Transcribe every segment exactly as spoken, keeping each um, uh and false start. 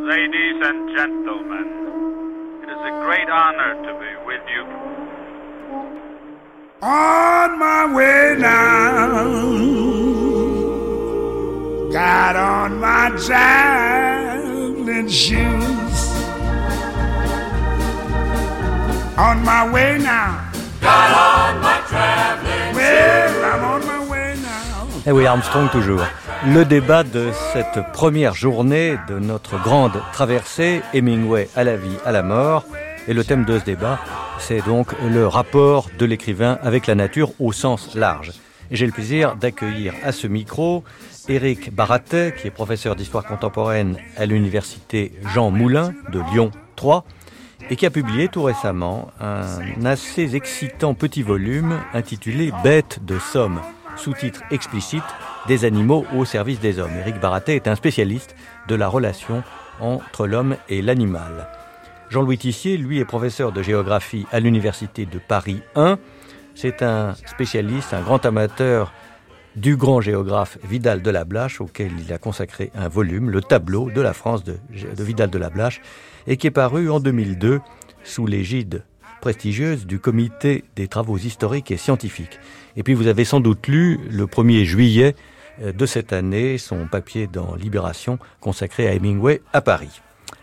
Ladies and gentlemen, it is a great honor to be with you. On my way now, got on my traveling shoes. On my way now, got on my traveling shoes. Well, I'm on my way now. Eh oui, Armstrong toujours. Le débat de cette première journée de notre grande traversée, Hemingway à la vie, à la mort. Et le thème de ce débat, c'est donc le rapport de l'écrivain avec la nature au sens large. Et j'ai le plaisir d'accueillir à ce micro Éric Baratet, qui est professeur d'histoire contemporaine à l'université Jean Moulin de Lyon trois, et qui a publié tout récemment un assez excitant petit volume intitulé « Bêtes de Somme », sous-titre explicite « Des animaux au service des hommes ». Éric Baratet est un spécialiste de la relation entre l'homme et l'animal. Jean-Louis Tissier, lui, est professeur de géographie à l'université de Paris un. C'est un spécialiste, un grand amateur du grand géographe Vidal de la Blache, auquel il a consacré un volume, le tableau de la France de, de Vidal de la Blache, et qui est paru en deux mille deux sous l'égide prestigieuse du Comité des travaux historiques et scientifiques. Et puis vous avez sans doute lu le premier juillet de cette année son papier dans Libération consacré à Hemingway à Paris.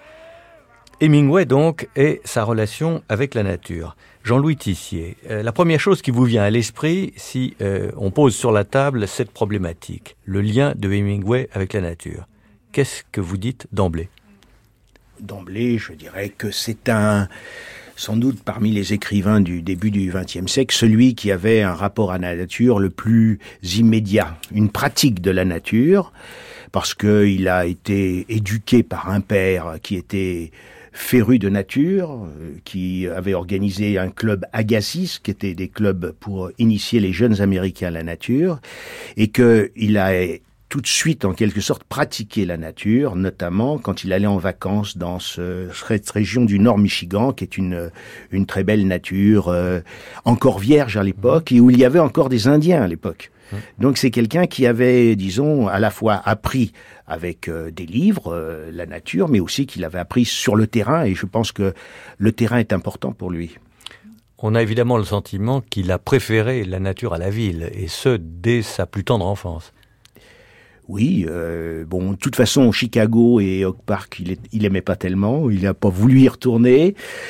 Hemingway, donc, et sa relation avec la nature. Jean-Louis Tissier, euh, la première chose qui vous vient à l'esprit si euh, on pose sur la table cette problématique, le lien de Hemingway avec la nature, qu'est-ce que vous dites d'emblée ? D'emblée, je dirais que c'est un, sans doute parmi les écrivains du début du vingtième siècle, celui qui avait un rapport à la nature le plus immédiat, une pratique de la nature, parce qu'il a été éduqué par un père qui était féru de nature, qui avait organisé un club Agassiz, qui était des clubs pour initier les jeunes Américains à la nature, et qu'il a tout de suite, en quelque sorte, pratiqué la nature, notamment quand il allait en vacances dans ce, cette région du Nord Michigan, qui est une, une très belle nature, euh, encore vierge à l'époque, et où il y avait encore des Indiens à l'époque. Donc c'est quelqu'un qui avait, disons, à la fois appris avec euh, des livres, euh, la nature, mais aussi qu'il avait appris sur le terrain, et je pense que le terrain est important pour lui. On a évidemment le sentiment qu'il a préféré la nature à la ville, et ce, dès sa plus tendre enfance. Oui, euh, bon, de toute façon, Chicago et Oak Park, il, est, il aimait pas tellement, il n'a pas voulu y retourner,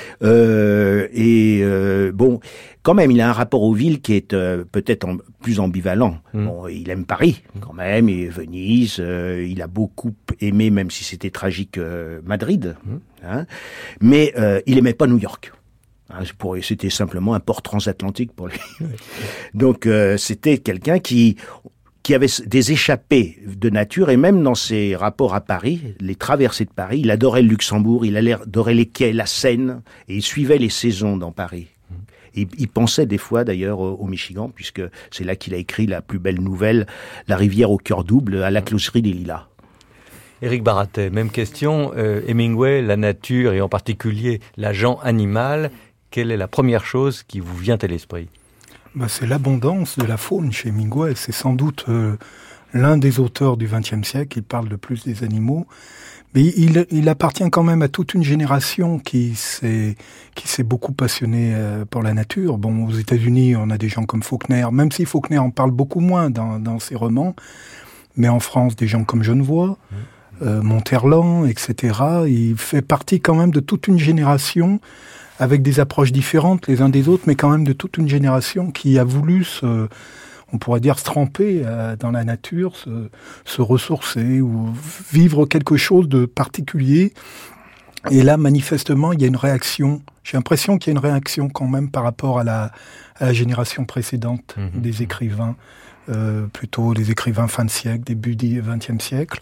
euh, et euh, bon, quand même, il a un rapport aux villes qui est euh, peut-être en, plus ambivalent. Mmh. Bon, il aime Paris, quand même, et Venise, euh, il a beaucoup aimé, même si c'était tragique, euh, Madrid, mmh. hein, mais euh, il aimait pas New York. Hein, pour, c'était simplement un port transatlantique pour lui. Donc, euh, c'était quelqu'un qui... qui avait des échappées de nature, et même dans ses rapports à Paris, les traversées de Paris, il adorait le Luxembourg, il adorait les quais, la Seine, et il suivait les saisons dans Paris. Et il pensait des fois d'ailleurs au, au Michigan, puisque c'est là qu'il a écrit la plus belle nouvelle, La rivière au cœur double, à la closerie des Lilas. Éric Baratet, même question, euh, Hemingway, la nature, et en particulier l'agent animal, quelle est la première chose qui vous vient à l'esprit ? Bah, c'est l'abondance de la faune chez Hemingway. C'est sans doute euh, l'un des auteurs du vingtième siècle. Il parle le plus des animaux. Mais il, il appartient quand même à toute une génération qui s'est, qui s'est beaucoup passionnée euh, pour la nature. Bon, aux États-Unis, on a des gens comme Faulkner, même si Faulkner en parle beaucoup moins dans, dans ses romans. Mais en France, des gens comme Genevoix, euh, Monterland, et cetera. Il fait partie quand même de toute une génération avec des approches différentes les uns des autres, mais quand même de toute une génération qui a voulu se, on pourrait dire, se tremper euh, dans la nature, se, se ressourcer ou vivre quelque chose de particulier. Et là, manifestement, il y a une réaction. J'ai l'impression qu'il y a une réaction quand même par rapport à la, à la génération précédente mmh. des écrivains, euh, plutôt les écrivains fin de siècle, début du vingtième siècle.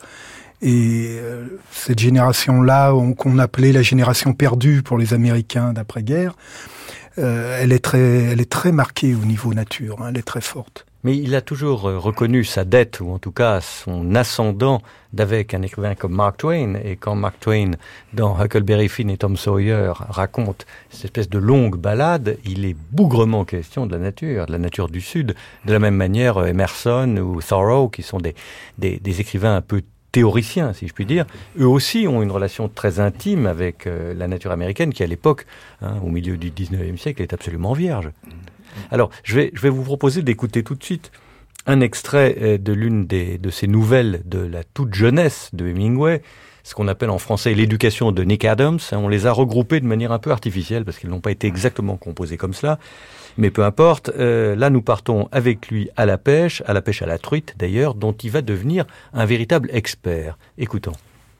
Et euh, cette génération-là, on, qu'on appelait la génération perdue pour les Américains d'après-guerre, euh, elle est très, elle est très marquée au niveau nature, hein, elle est très forte. Mais il a toujours reconnu sa dette, ou en tout cas son ascendant, d'avec un écrivain comme Mark Twain. Et quand Mark Twain, dans Huckleberry Finn et Tom Sawyer, raconte cette espèce de longue balade, il est bougrement question de la nature, de la nature du Sud. De la même manière, Emerson ou Thoreau, qui sont des, des, des écrivains un peu théoriciens, si je puis dire, eux aussi ont une relation très intime avec euh, la nature américaine qui, à l'époque, hein, au milieu du dix-neuvième siècle, est absolument vierge. Alors, je vais, je vais vous proposer d'écouter tout de suite un extrait de l'une des, de ces nouvelles de la toute jeunesse de Hemingway, ce qu'on appelle en français l'éducation de Nick Adams. On les a regroupés de manière un peu artificielle parce qu'ils n'ont pas été exactement composés comme cela. Mais peu importe, euh, là nous partons avec lui à la pêche, à la pêche à la truite d'ailleurs, dont il va devenir un véritable expert. Écoutons.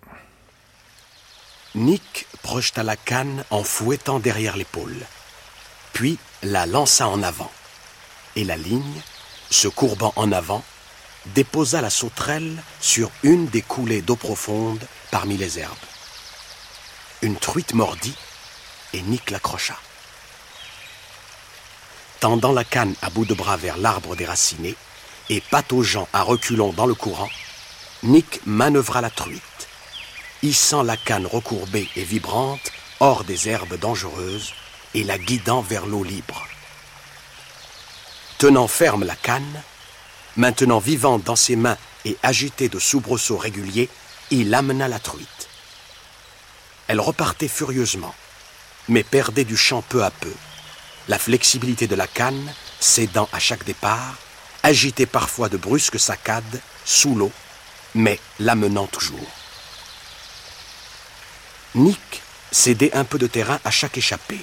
Nick projeta la canne en fouettant derrière l'épaule, puis la lança en avant, et la ligne, se courbant en avant, déposa la sauterelle sur une des coulées d'eau profonde parmi les herbes. Une truite mordit et Nick l'accrocha. Tendant la canne à bout de bras vers l'arbre déraciné et pataugeant à reculons dans le courant, Nick manœuvra la truite, hissant la canne recourbée et vibrante hors des herbes dangereuses et la guidant vers l'eau libre. Tenant ferme la canne, maintenant vivante dans ses mains et agitée de soubresauts réguliers, il amena la truite. Elle repartait furieusement, mais perdait du champ peu à peu, la flexibilité de la canne cédant à chaque départ, agitée parfois de brusques saccades, sous l'eau, mais l'amenant toujours. Nick cédait un peu de terrain à chaque échappée.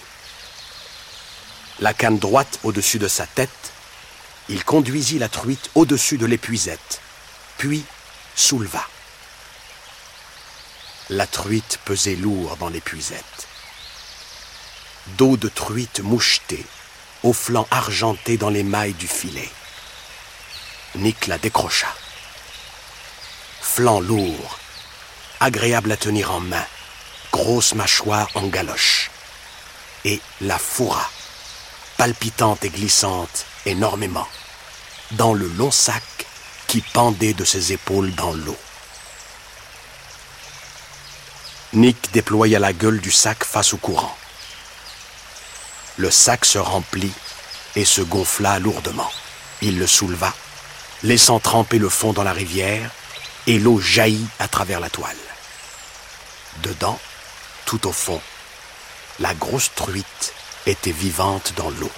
La canne droite au-dessus de sa tête, il conduisit la truite au-dessus de l'épuisette, puis souleva. La truite pesait lourd dans l'épuisette. Dos de truite mouchetée, aux flancs argentés dans les mailles du filet. Nick la décrocha. Flanc lourd, agréable à tenir en main, grosse mâchoire en galoche. Et la fourra, palpitante et glissante énormément, dans le long sac qui pendait de ses épaules dans l'eau. Nick déploya la gueule du sac face au courant. Le sac se remplit et se gonfla lourdement. Il le souleva, laissant tremper le fond dans la rivière, et l'eau jaillit à travers la toile. Dedans, tout au fond, la grosse truite était vivante dans l'eau.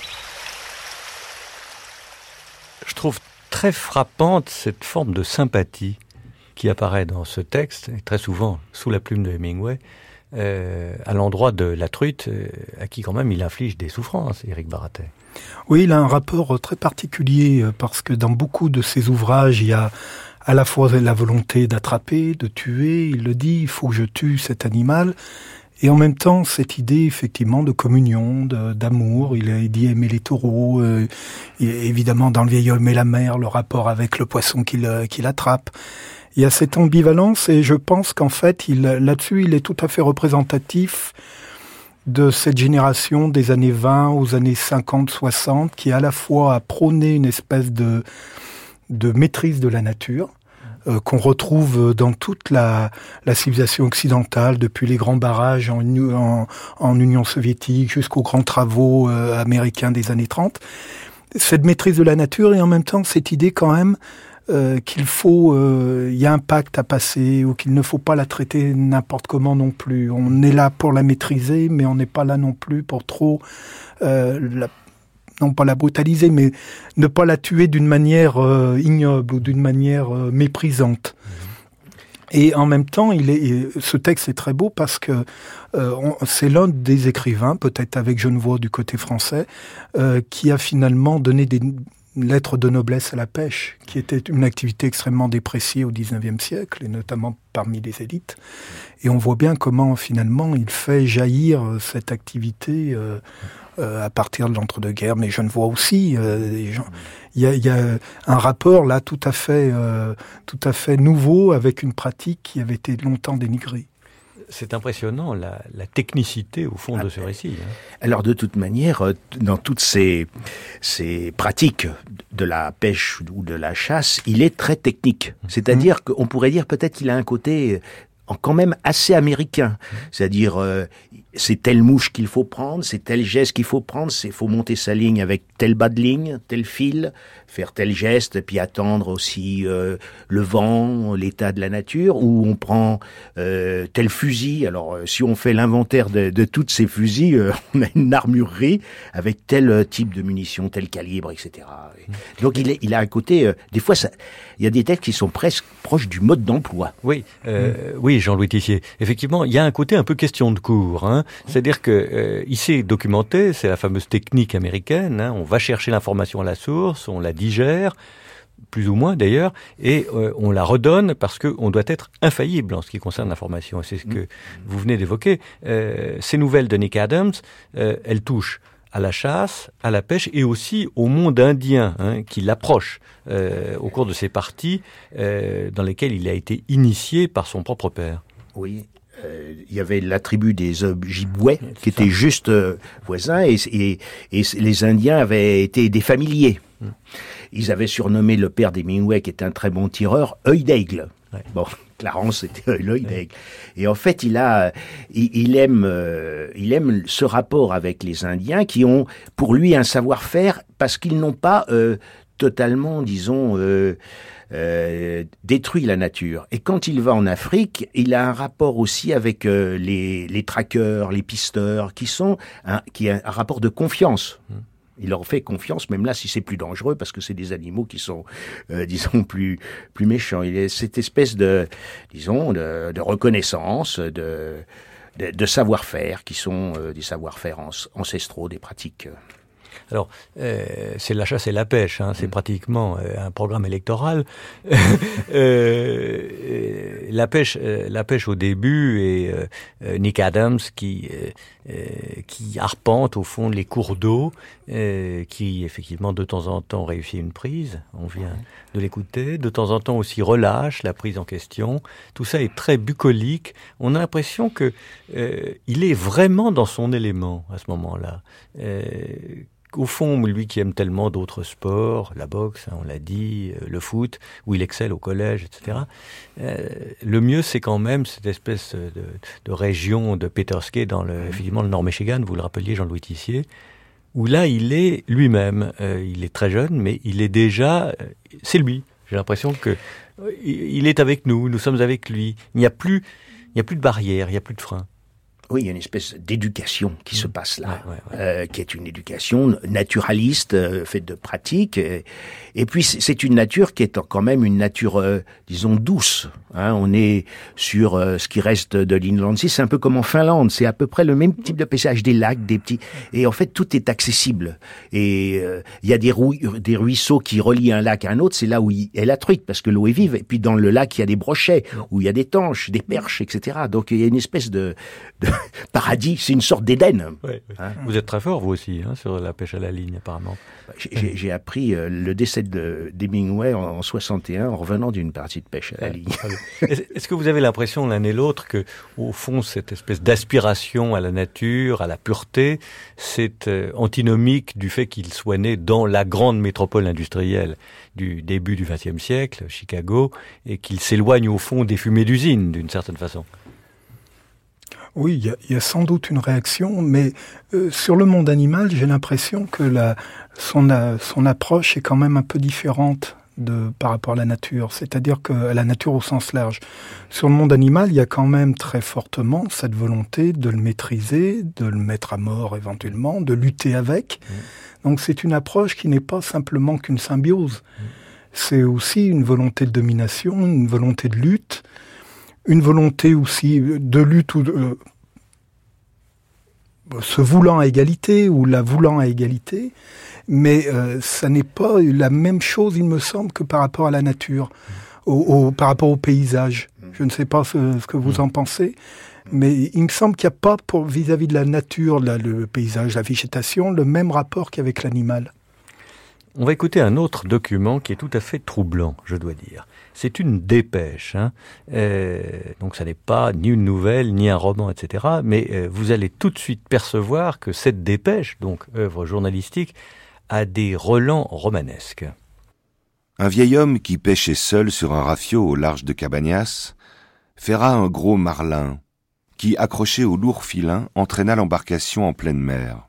Je trouve très frappante cette forme de sympathie qui apparaît dans ce texte, et très souvent sous la plume de Hemingway, euh, à l'endroit de la truite, euh, à qui quand même il inflige des souffrances, Éric Baratet. Oui, il a un rapport très particulier, parce que dans beaucoup de ses ouvrages, il y a à la fois la volonté d'attraper, de tuer, il le dit, il faut que je tue cet animal, et en même temps, cette idée, effectivement, de communion, de, d'amour. Il, il dit aimer les taureaux, euh, et évidemment, dans Le vieil homme et la mer, le rapport avec le poisson qu'il, qu'il attrape. Il y a cette ambivalence, et je pense qu'en fait, il, là-dessus, il est tout à fait représentatif de cette génération des années vingt aux années cinquante, soixante, qui à la fois a prôné une espèce de, de maîtrise de la nature, Euh, qu'on retrouve dans toute la, la civilisation occidentale, depuis les grands barrages en, en, en Union soviétique jusqu'aux grands travaux euh, américains des années trente. Cette maîtrise de la nature, et en même temps cette idée quand même euh, qu'il faut, il euh, y a un pacte à passer, ou qu'il ne faut pas la traiter n'importe comment non plus. On est là pour la maîtriser, mais on n'est pas là non plus pour trop euh, la non pas la brutaliser, mais ne pas la tuer d'une manière euh, ignoble ou d'une manière euh, méprisante. Et en même temps, il est, ce texte est très beau parce que euh, on, c'est l'un des écrivains, peut-être avec Genevoix du côté français, euh, qui a finalement donné des lettres de noblesse à la pêche, qui était une activité extrêmement dépréciée au dix-neuvième siècle, et notamment parmi les élites. Et on voit bien comment, finalement, il fait jaillir cette activité euh, euh, à partir de l'entre-deux-guerres, mais Genevoix aussi. Euh, il y a, il y a un rapport, là, tout à fait, euh, tout à fait nouveau avec une pratique qui avait été longtemps dénigrée. C'est impressionnant, la, la technicité, au fond, ah, de ce récit. Hein. Alors, de toute manière, dans toutes ces, ces pratiques de la pêche ou de la chasse, il est très technique. C'est-à-dire mmh. qu'on pourrait dire peut-être qu'il a un côté quand même assez américain. C'est-à-dire, euh, c'est telle mouche qu'il faut prendre, c'est tel geste qu'il faut prendre, c'est faut monter sa ligne avec tel bas de ligne, tel fil, faire tel geste, puis attendre aussi euh, le vent, l'état de la nature, ou on prend euh, tel fusil. Alors, euh, si on fait l'inventaire de, de toutes ces fusils, euh, on a une armurerie avec tel type de munitions, tel calibre, et cetera. Et donc, il, est, il a un côté... Euh, des fois, ça, il y a des textes qui sont presque proches du mode d'emploi. Oui, euh, mmh. oui, Jean-Louis Tissier. Effectivement, il y a un côté un peu question de cours. Hein. C'est-à-dire que euh, il s'est documenté, c'est la fameuse technique américaine. Hein. On va chercher l'information à la source, on la digère, plus ou moins d'ailleurs, et euh, on la redonne parce qu'on doit être infaillible en ce qui concerne l'information. C'est ce que vous venez d'évoquer. Euh, ces nouvelles de Nick Adams, euh, elles touchent à la chasse, à la pêche et aussi au monde indien hein, qui l'approche euh, au cours de ces parties euh, dans lesquelles il a été initié par son propre père. Oui. Euh, il y avait la tribu des Ojibwés qui était juste euh, voisins et, et, et les Indiens avaient été des familiers. Mm. Ils avaient surnommé le père d'Hemingway, qui était un très bon tireur, œil d'aigle. Ouais. Bon, Clarence, c'était l'œil d'aigle. Ouais. Et en fait, il a, il, il aime, euh, il aime ce rapport avec les Indiens qui ont, pour lui, un savoir-faire parce qu'ils n'ont pas euh, totalement, disons, euh, Euh, détruit la nature. Et quand il va en Afrique, il a un rapport aussi avec euh, les, les traqueurs, les pisteurs, qui sont un, qui a un rapport de confiance. Il leur fait confiance, même là, si c'est plus dangereux, parce que c'est des animaux qui sont, euh, disons, plus plus méchants. Il y a cette espèce de, disons, de, de reconnaissance, de, de, de savoir-faire, qui sont euh, des savoir-faire ancestraux, des pratiques. Alors, euh, c'est la chasse et la pêche, hein, c'est mmh. pratiquement euh, un programme électoral. euh, la pêche, euh, la pêche au début et euh, Nick Adams qui euh, qui arpente au fond les cours d'eau, euh, qui effectivement de temps en temps réussit une prise. On vient de l'écouter. De temps en temps aussi relâche la prise en question. Tout ça est très bucolique. On a l'impression que euh, il est vraiment dans son élément à ce moment-là. Euh, Au fond, lui qui aime tellement d'autres sports, la boxe, hein, on l'a dit, euh, le foot, où il excelle au collège, et cetera. Euh, le mieux, c'est quand même cette espèce de, de région de Petoskey dans le, effectivement, le Nord-Michigan, vous le rappeliez, Jean-Louis Tissier, où là, il est lui-même. Euh, il est très jeune, mais il est déjà... Euh, c'est lui. J'ai l'impression que euh, il est avec nous, nous sommes avec lui. Il n'y a plus, il n'y a plus de barrière, il n'y a plus de frein. Oui, il y a une espèce d'éducation qui mmh. se passe là, ouais, ouais, ouais. Euh, qui est une éducation naturaliste, euh, faite de pratique. Et, et puis, c'est une nature qui est quand même une nature, euh, disons, douce. Hein, on est sur euh, ce qui reste de l'Inland Sea. C'est un peu comme en Finlande. C'est à peu près le même type de paysage, des lacs, des petits... Et en fait, tout est accessible. Et il euh, y a des, rouilles, des ruisseaux qui relient un lac à un autre. C'est là où il est la truite, parce que l'eau est vive. Et puis, dans le lac, il y a des brochets, où il y a des tanches, des perches, et cetera. Donc, il y a une espèce de... de paradis, c'est une sorte d'Éden. Oui, oui. Hein? Vous êtes très fort, vous aussi, hein, sur la pêche à la ligne, apparemment. J'ai, j'ai appris euh, le décès de, d'Hemingway en, en soixante et un en revenant d'une partie de pêche à la ligne. Est-ce, est-ce que vous avez l'impression, l'un et l'autre, que, au fond, cette espèce d'aspiration à la nature, à la pureté, c'est euh, antinomique du fait qu'il soit né dans la grande métropole industrielle du début du vingtième siècle, Chicago, et qu'il s'éloigne, au fond, des fumées d'usine, d'une certaine façon? Oui, il y a, y a sans doute une réaction, mais euh, sur le monde animal, j'ai l'impression que la, son, a, son approche est quand même un peu différente de, par rapport à la nature, c'est-à-dire que à la nature au sens large. Sur le monde animal, il y a quand même très fortement cette volonté de le maîtriser, de le mettre à mort éventuellement, de lutter avec. Mmh. Donc c'est une approche qui n'est pas simplement qu'une symbiose. Mmh. C'est aussi une volonté de domination, une volonté de lutte, une volonté aussi de lutte ou de, euh, se voulant à égalité ou la voulant à égalité, mais euh, ça n'est pas la même chose, il me semble, que par rapport à la nature, au, au, par rapport au paysage. Je ne sais pas ce, ce que vous en pensez, mais il me semble qu'il n'y a pas, pour, vis-à-vis de la nature, la, le paysage, la végétation, le même rapport qu'avec l'animal. On va écouter un autre document qui est tout à fait troublant, je dois dire. C'est une dépêche, hein. Euh, donc ça n'est pas ni une nouvelle, ni un roman, et cetera. Mais euh, vous allez tout de suite percevoir que cette dépêche, donc œuvre journalistique, a des relents romanesques. Un vieil homme qui pêchait seul sur un rafio au large de Cabañas ferra un gros marlin, qui, accroché au lourd filin, entraîna l'embarcation en pleine mer.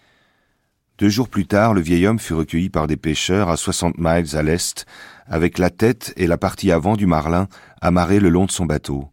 Deux jours plus tard, le vieil homme fut recueilli par des pêcheurs à soixante miles à l'est, avec la tête et la partie avant du marlin amarrés le long de son bateau.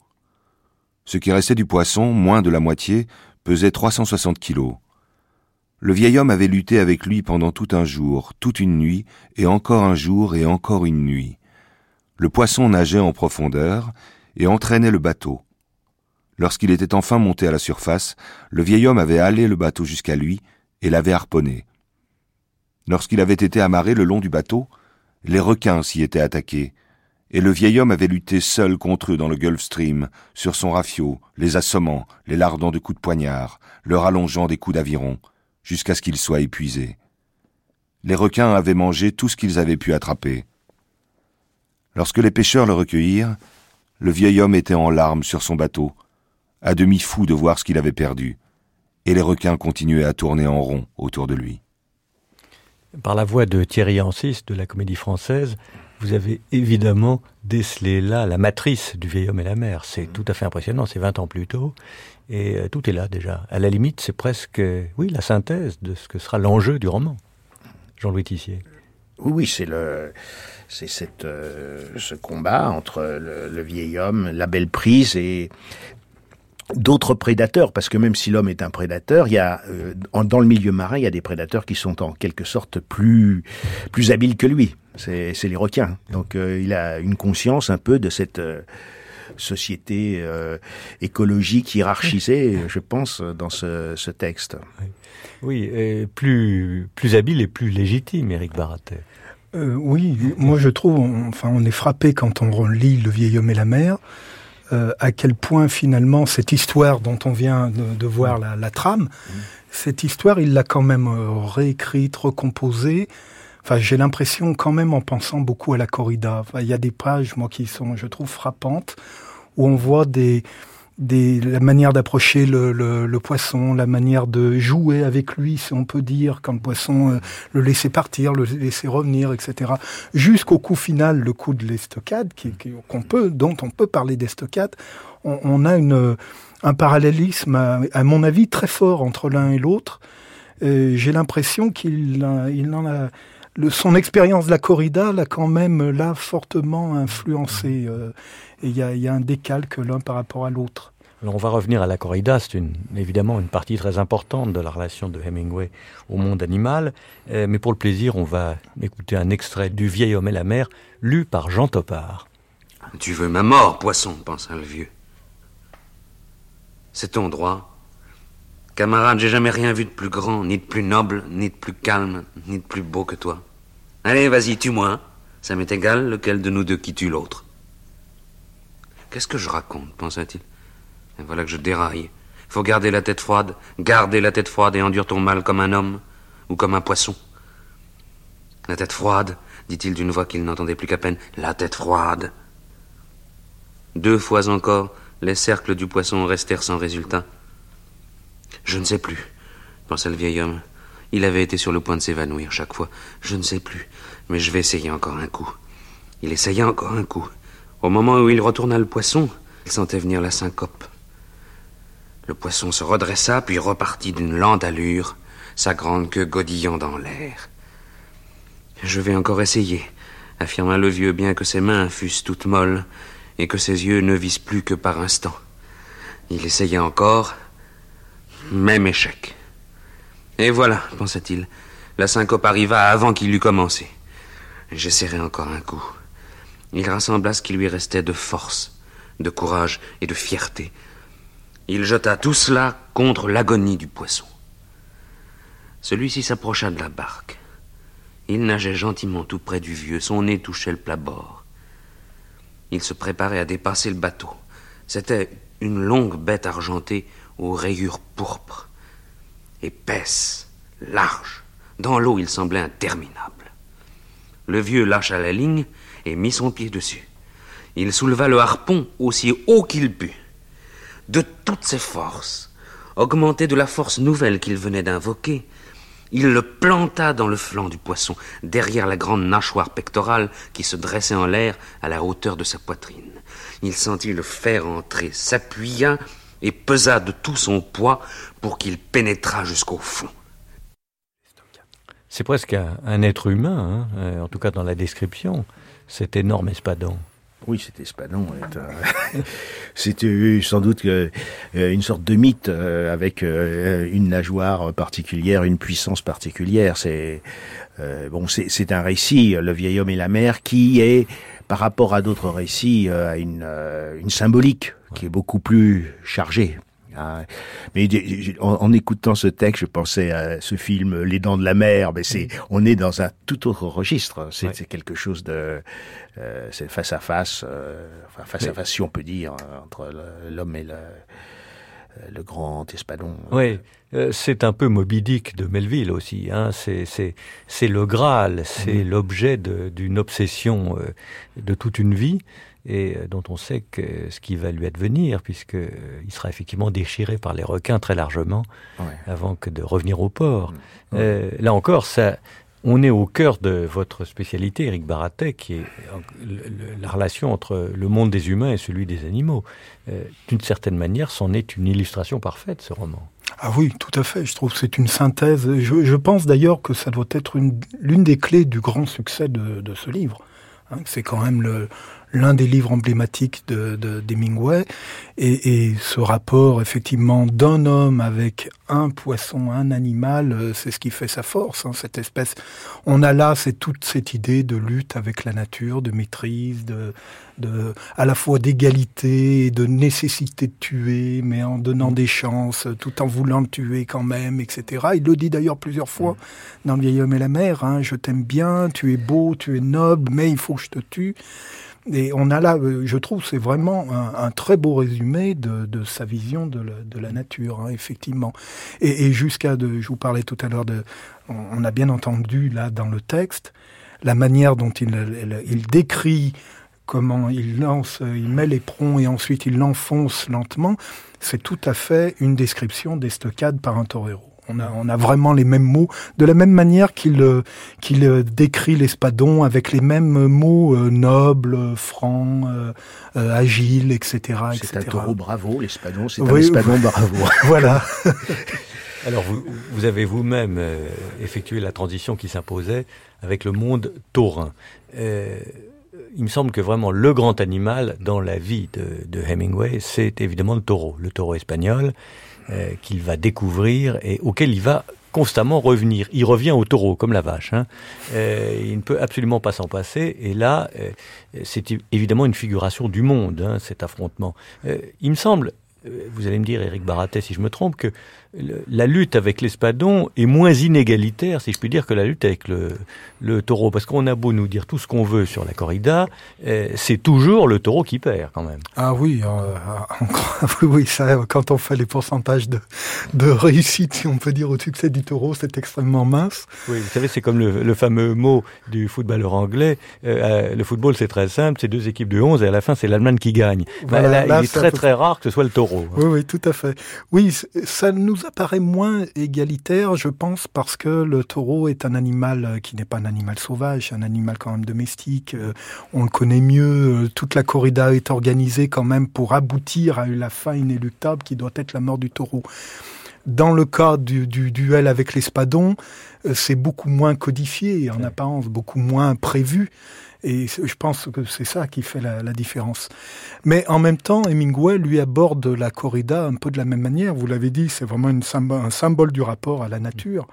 Ce qui restait du poisson, moins de la moitié, pesait trois cent soixante kilos. Le vieil homme avait lutté avec lui pendant tout un jour, toute une nuit, et encore un jour et encore une nuit. Le poisson nageait en profondeur et entraînait le bateau. Lorsqu'il était enfin monté à la surface, le vieil homme avait halé le bateau jusqu'à lui et l'avait harponné. Lorsqu'il avait été amarré le long du bateau, les requins s'y étaient attaqués, et le vieil homme avait lutté seul contre eux dans le Gulf Stream, sur son rafio, les assommant, les lardant de coups de poignard, leur allongeant des coups d'aviron, jusqu'à ce qu'ils soient épuisés. Les requins avaient mangé tout ce qu'ils avaient pu attraper. Lorsque les pêcheurs le recueillirent, le vieil homme était en larmes sur son bateau, à demi fou de voir ce qu'il avait perdu, et les requins continuaient à tourner en rond autour de lui. Par la voix de Thierry Ansys de la Comédie Française, vous avez évidemment décelé là la matrice du vieil homme et la mer. C'est tout à fait impressionnant, c'est vingt ans plus tôt, et euh, tout est là déjà. À la limite, c'est presque, euh, oui, la synthèse de ce que sera l'enjeu du roman. Jean-Louis Tissier. Oui, oui, c'est le, c'est cette, euh, ce combat entre le, le vieil homme, la belle prise et d'autres prédateurs, parce que même si l'homme est un prédateur, il y a euh, dans le milieu marin, il y a des prédateurs qui sont en quelque sorte plus plus habiles que lui. C'est, c'est les requins. Donc euh, il a une conscience un peu de cette euh, société euh, écologique hiérarchisée, je pense, dans ce, ce texte. Oui, et plus plus habile et plus légitime, Éric Baratet. Euh, oui, moi je trouve, on, enfin, on est frappé quand on lit Le vieil homme et la mer. Euh, à quel point finalement cette histoire dont on vient de, de voir la, la trame, mmh. cette histoire il l'a quand même euh, réécrite, recomposée. Enfin, j'ai l'impression quand même en pensant beaucoup à la corrida. Enfin, il y a des pages, moi, qui sont, je trouve, frappantes, où on voit des, des, la manière d'approcher le, le, le poisson, la manière de jouer avec lui, si on peut dire, quand le poisson, euh, le laisser partir, le laisser revenir, et cetera. Jusqu'au coup final, le coup de l'estocade, qui, qui, qu'on peut, dont on peut parler d'estocade, on, on a une, un parallélisme, à, à mon avis, très fort entre l'un et l'autre. Et j'ai l'impression qu'il il en a... Le, son expérience de la corrida l'a quand même là fortement influencé. Euh, et il y a, y a un décalque l'un par rapport à l'autre. Alors on va revenir à la corrida, c'est une, évidemment une partie très importante de la relation de Hemingway au monde animal. Euh, mais pour le plaisir, on va écouter un extrait du Vieil homme et la mer, lu par Jean Topard. Tu veux ma mort, poisson, pensa le vieux. C'est ton droit. Camarade, j'ai jamais rien vu de plus grand, ni de plus noble, ni de plus calme, ni de plus beau que toi. Allez, vas-y, tue-moi. Ça m'est égal lequel de nous deux qui tue l'autre. Qu'est-ce que je raconte, pensa-t-il. Et voilà que je déraille. Faut garder la tête froide, garder la tête froide et endure ton mal comme un homme ou comme un poisson. La tête froide, dit-il d'une voix qu'il n'entendait plus qu'à peine. La tête froide. Deux fois encore, les cercles du poisson restèrent sans résultat. Je ne sais plus, pensa le vieil homme. Il avait été sur le point de s'évanouir chaque fois. Je ne sais plus, mais je vais essayer encore un coup. Il essaya encore un coup. Au moment où il retourna le poisson, il sentait venir la syncope. Le poisson se redressa, puis repartit d'une lente allure, sa grande queue godillant dans l'air. Je vais encore essayer, affirma le vieux, bien que ses mains fussent toutes molles et que ses yeux ne vissent plus que par instants. Il essaya encore... Même échec. Et voilà, pensa-t-il, la syncope arriva avant qu'il eût commencé. J'essaierai encore un coup. Il rassembla ce qui lui restait de force, de courage et de fierté. Il jeta tout cela contre l'agonie du poisson. Celui-ci s'approcha de la barque. Il nageait gentiment tout près du vieux, son nez touchait le plat-bord. Il se préparait à dépasser le bateau. C'était une longue bête argentée aux rayures pourpres, épaisse, large. Dans l'eau, il semblait interminable. Le vieux lâcha la ligne et mit son pied dessus. Il souleva le harpon aussi haut qu'il put. De toutes ses forces, augmentées de la force nouvelle qu'il venait d'invoquer, Il le planta dans le flanc du poisson, derrière la grande nageoire pectorale qui se dressait en l'air à la hauteur de sa poitrine. Il sentit le fer entrer, s'appuya et pesa de tout son poids pour qu'il pénétrât jusqu'au fond. C'est presque un, un être humain, hein, en tout cas dans la description, cet énorme espadon. Oui, cet espadon est un... c'était sans doute euh, une sorte de mythe euh, avec euh, une nageoire particulière, une puissance particulière. C'est euh, bon, c'est, c'est un récit, Le vieil homme et la mer, qui est par rapport à d'autres récits euh, à une, euh, une symbolique qui est beaucoup plus chargée. Ah, mais en, en écoutant ce texte, je pensais à ce film Les Dents de la Mer. Mais c'est, on est dans un tout autre registre. C'est, ouais. c'est quelque chose de, euh, c'est face à face, euh, enfin face mais... à face, si on peut dire, entre l'homme et le, le grand espadon. Oui, euh, c'est un peu Moby Dick de Melville aussi. Hein. C'est, c'est, c'est le Graal, c'est mmh. l'objet de, d'une obsession euh, de toute une vie. Et dont on sait que ce qui va lui advenir, puisqu'il sera effectivement déchiré par les requins très largement, ouais. avant que de revenir au port. Ouais. Euh, là encore, ça, on est au cœur de votre spécialité, Éric Baratet, qui est la relation entre le monde des humains et celui des animaux. Euh, d'une certaine manière, c'en est une illustration parfaite, ce roman. Ah oui, tout à fait. Je trouve que c'est une synthèse. Je, je pense d'ailleurs que ça doit être une, l'une des clés du grand succès de, de ce livre. Hein, c'est quand même le... l'un des livres emblématiques de, de, d'Hemingway, et, et ce rapport effectivement d'un homme avec un poisson, un animal, c'est ce qui fait sa force, hein, cette espèce. On a là, c'est toute cette idée de lutte avec la nature, de maîtrise, de, de à la fois d'égalité, de nécessité de tuer, mais en donnant des chances, tout en voulant le tuer quand même, et cetera. Il le dit d'ailleurs plusieurs fois dans Le vieil homme et la mer, hein, je t'aime bien, tu es beau, tu es noble, mais il faut que je te tue. Et on a là, je trouve, c'est vraiment un, un très beau résumé de, de sa vision de la, de la nature, hein, effectivement. Et, et jusqu'à, de, je vous parlais tout à l'heure de, on, on a bien entendu là dans le texte la manière dont il, il, il décrit comment il lance, il met l'éperon et ensuite il l'enfonce lentement. C'est tout à fait une description d'estocade par un torero. On a, on a vraiment les mêmes mots, de la même manière qu'il, qu'il décrit l'espadon avec les mêmes mots euh, nobles, francs, euh, euh, agiles, et cetera, et cetera. C'est un taureau bravo, l'espadon, c'est oui, un espadon bravo. Voilà. Alors, vous, vous avez vous-même euh, effectué la transition qui s'imposait avec le monde taurin. Euh, il me semble que vraiment le grand animal dans la vie de, de Hemingway, c'est évidemment le taureau, le taureau espagnol. Euh, qu'il va découvrir et auquel il va constamment revenir. Il revient au taureau, comme la vache. Hein. Euh, il ne peut absolument pas s'en passer. Et là, euh, c'est évidemment une figuration du monde, hein, cet affrontement. Euh, il me semble, euh, vous allez me dire, Éric Baratet, si je me trompe, que le, la lutte avec l'espadon est moins inégalitaire, si je puis dire, que la lutte avec le, le taureau. Parce qu'on a beau nous dire tout ce qu'on veut sur la corrida, euh, c'est toujours le taureau qui perd, quand même. Ah oui, euh, oui, oui, ça, quand on fait les pourcentages de, de réussite, si on peut dire, au succès du taureau, c'est extrêmement mince. Oui, vous savez, c'est comme le, le fameux mot du footballeur anglais. Euh, le football, c'est très simple, c'est deux équipes de onze, et à la fin, c'est l'Allemagne qui gagne. Voilà, bah, là, là, il est très, peu... très rare que ce soit le taureau. Oui, oui, tout à fait. Oui, ça nous apparaît moins égalitaire, je pense, parce que le taureau est un animal qui n'est pas un animal sauvage, un animal quand même domestique. Euh, on le connaît mieux. Toute la corrida est organisée quand même pour aboutir à la fin inéluctable qui doit être la mort du taureau. Dans le cas du, du duel avec l'espadon, euh, c'est beaucoup moins codifié, en apparence, beaucoup moins prévu. Et je pense que c'est ça qui fait la, la différence. Mais en même temps, Hemingway, lui, aborde la corrida un peu de la même manière. Vous l'avez dit, c'est vraiment une symbole, un symbole du rapport à la nature.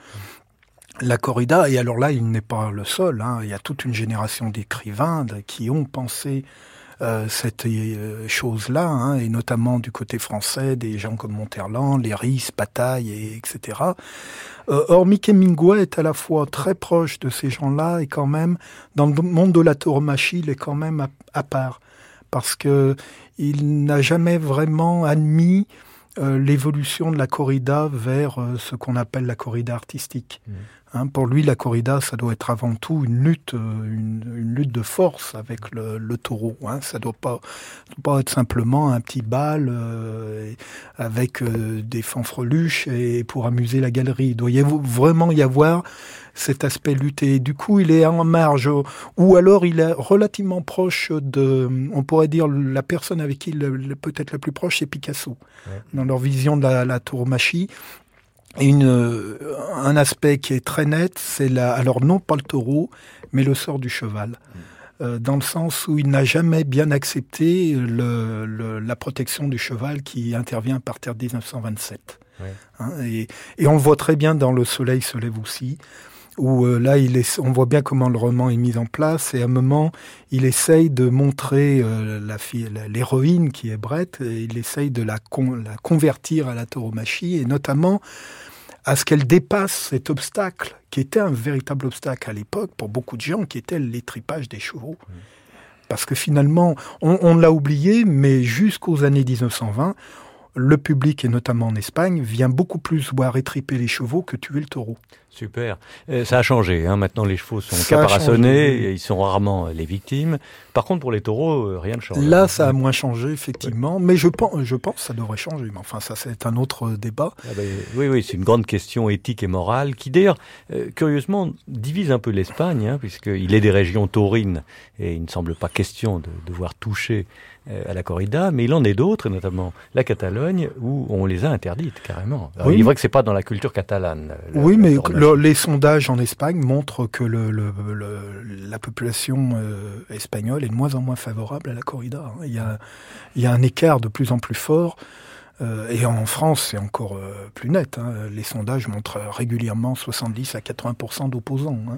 La corrida, et alors là, il n'est pas le seul. Hein, il y a toute une génération d'écrivains qui ont pensé euh, cette euh, chose-là, hein, et notamment du côté français, des gens comme Monterland, Léris, Bataille, et, etc. Euh, or, Mick Hemingway est à la fois très proche de ces gens-là et quand même, dans le monde de la tauromachie, il est quand même à, à part. Parce que il n'a jamais vraiment admis euh, l'évolution de la corrida vers euh, ce qu'on appelle la corrida artistique. Mmh. Hein, pour lui, la corrida, ça doit être avant tout une lutte, une, une lutte de force avec le, le taureau. Hein. Ça doit pas, doit pas être simplement un petit bal euh, avec euh, des fanfreluches et pour amuser la galerie. Il doit y avoir, vraiment y avoir cet aspect lutté. Du coup, il est en marge, ou alors il est relativement proche de, on pourrait dire, la personne avec qui il est peut-être la plus proche, c'est Picasso, ouais. Dans leur vision de la, la tauromachie. Et une, un aspect qui est très net, c'est la, alors non pas le taureau, mais le sort du cheval. Mmh. Euh, dans le sens où il n'a jamais bien accepté le, le, la protection du cheval qui intervient à partir de dix-neuf cent vingt-sept. Ouais. Hein, et, et on le voit très bien dans Le Soleil se lève aussi, où euh, là, il est, on voit bien comment le roman est mis en place, et à un moment, il essaye de montrer euh, la fille, la, l'héroïne qui est Brett, et il essaye de la, con, la convertir à la tauromachie, et notamment à ce qu'elle dépasse cet obstacle, qui était un véritable obstacle à l'époque pour beaucoup de gens, qui était l'étripage des chevaux. Mmh. Parce que finalement, on, on l'a oublié, mais jusqu'aux années dix-neuf cent vingt, le public, et notamment en Espagne, vient beaucoup plus voir étriper les chevaux que tuer le taureau. Super. Euh, ça a changé. Hein. Maintenant, les chevaux sont caparaçonnés et ils sont rarement les victimes. Par contre, pour les taureaux, euh, rien ne change. Là, ça a moins changé, effectivement. Ouais. Mais je pense, je pense que ça devrait changer. Mais enfin, ça, c'est un autre débat. Ah ben, oui, oui, c'est une grande question éthique et morale qui, d'ailleurs, euh, curieusement, divise un peu l'Espagne, hein, puisqu'il est des régions taurines et il ne semble pas question de devoir toucher euh, à la corrida, mais il en est d'autres, et notamment la Catalogne, où on les a interdites carrément. Alors, oui. Il est vrai que c'est pas dans la culture catalane. La, oui, mais le, les sondages en Espagne montrent que le, le, le, la population euh, espagnole est de moins en moins favorable à la corrida. Hein. Il y a, il y a un écart de plus en plus fort. Euh, et en France, c'est encore euh, plus net. Hein. Les sondages montrent régulièrement soixante-dix à quatre-vingts pour cent d'opposants. Hein.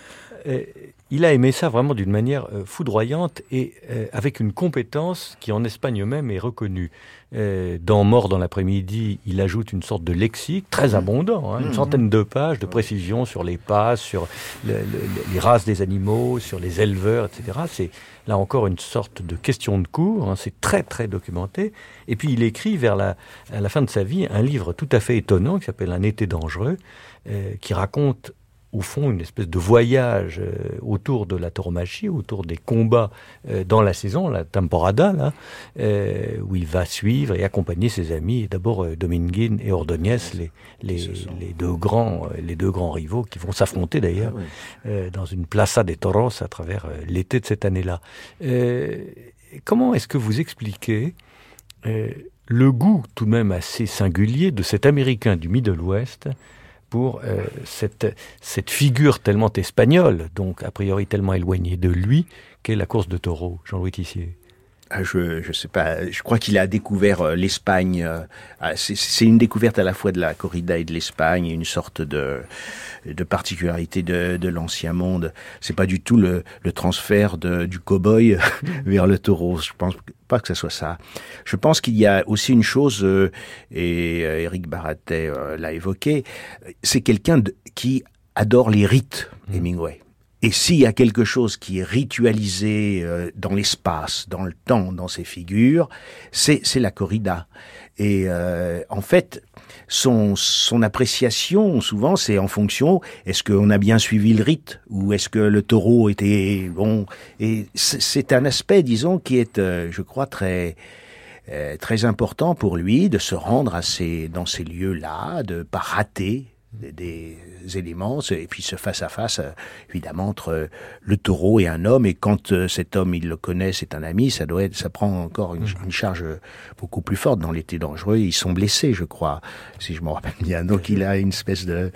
Et il a aimé ça vraiment d'une manière euh, foudroyante et euh, avec une compétence qui en Espagne même est reconnue. Euh, dans Mort dans l'après-midi, il ajoute une sorte de lexique très abondant, hein, une centaine de pages de précision sur les passes, sur le, le, les races des animaux, sur les éleveurs, et cetera. C'est là encore une sorte de question de cours, hein, c'est très très documenté. Et puis il écrit vers la, à la fin de sa vie un livre tout à fait étonnant qui s'appelle Un été dangereux, euh, qui raconte au fond, une espèce de voyage euh, autour de la tauromachie, autour des combats euh, dans la saison, la temporada, là, euh, où il va suivre et accompagner ses amis, et d'abord euh, Dominguín et Ordóñez, les, les, les, deux grands, euh, les deux grands rivaux, qui vont s'affronter d'ailleurs ah, oui. euh, dans une plaza de toros à travers euh, l'été de cette année-là. Euh, comment est-ce que vous expliquez euh, le goût tout de même assez singulier de cet Américain du Middle West pour euh, cette, cette figure tellement espagnole, donc a priori tellement éloignée de lui, qu'est la course de taureau, Jean-Louis Tissier? Ah, je je sais pas, je crois qu'il a découvert euh, l'Espagne, euh, c'est, c'est une découverte à la fois de la corrida et de l'Espagne, une sorte de de particularité de de l'ancien monde. C'est pas du tout le le transfert de du cow-boy vers le taureau. Je pense pas que ce soit ça. Je pense qu'il y a aussi une chose, euh, et euh, Éric Baratet euh, l'a évoqué, c'est quelqu'un de, qui adore les rites, Hemingway. Et s'il y a quelque chose qui est ritualisé euh, dans l'espace, dans le temps, dans ses figures, c'est c'est la corrida. Et euh, en fait, son son appréciation souvent c'est en fonction, est-ce qu'on a bien suivi le rite ou est-ce que le taureau était bon. Et c'est, c'est un aspect, disons, qui est, euh, je crois, très euh, très important pour lui de se rendre à ces dans ces lieux-là, de pas rater Des, des éléments, et puis ce face-à-face, euh, évidemment, entre euh, le taureau et un homme, et quand euh, cet homme, il le connaît, c'est un ami, ça doit être, ça prend encore une, une charge beaucoup plus forte. Dans l'été dangereux, ils sont blessés, je crois, si je me rappelle bien. Donc il a une espèce de,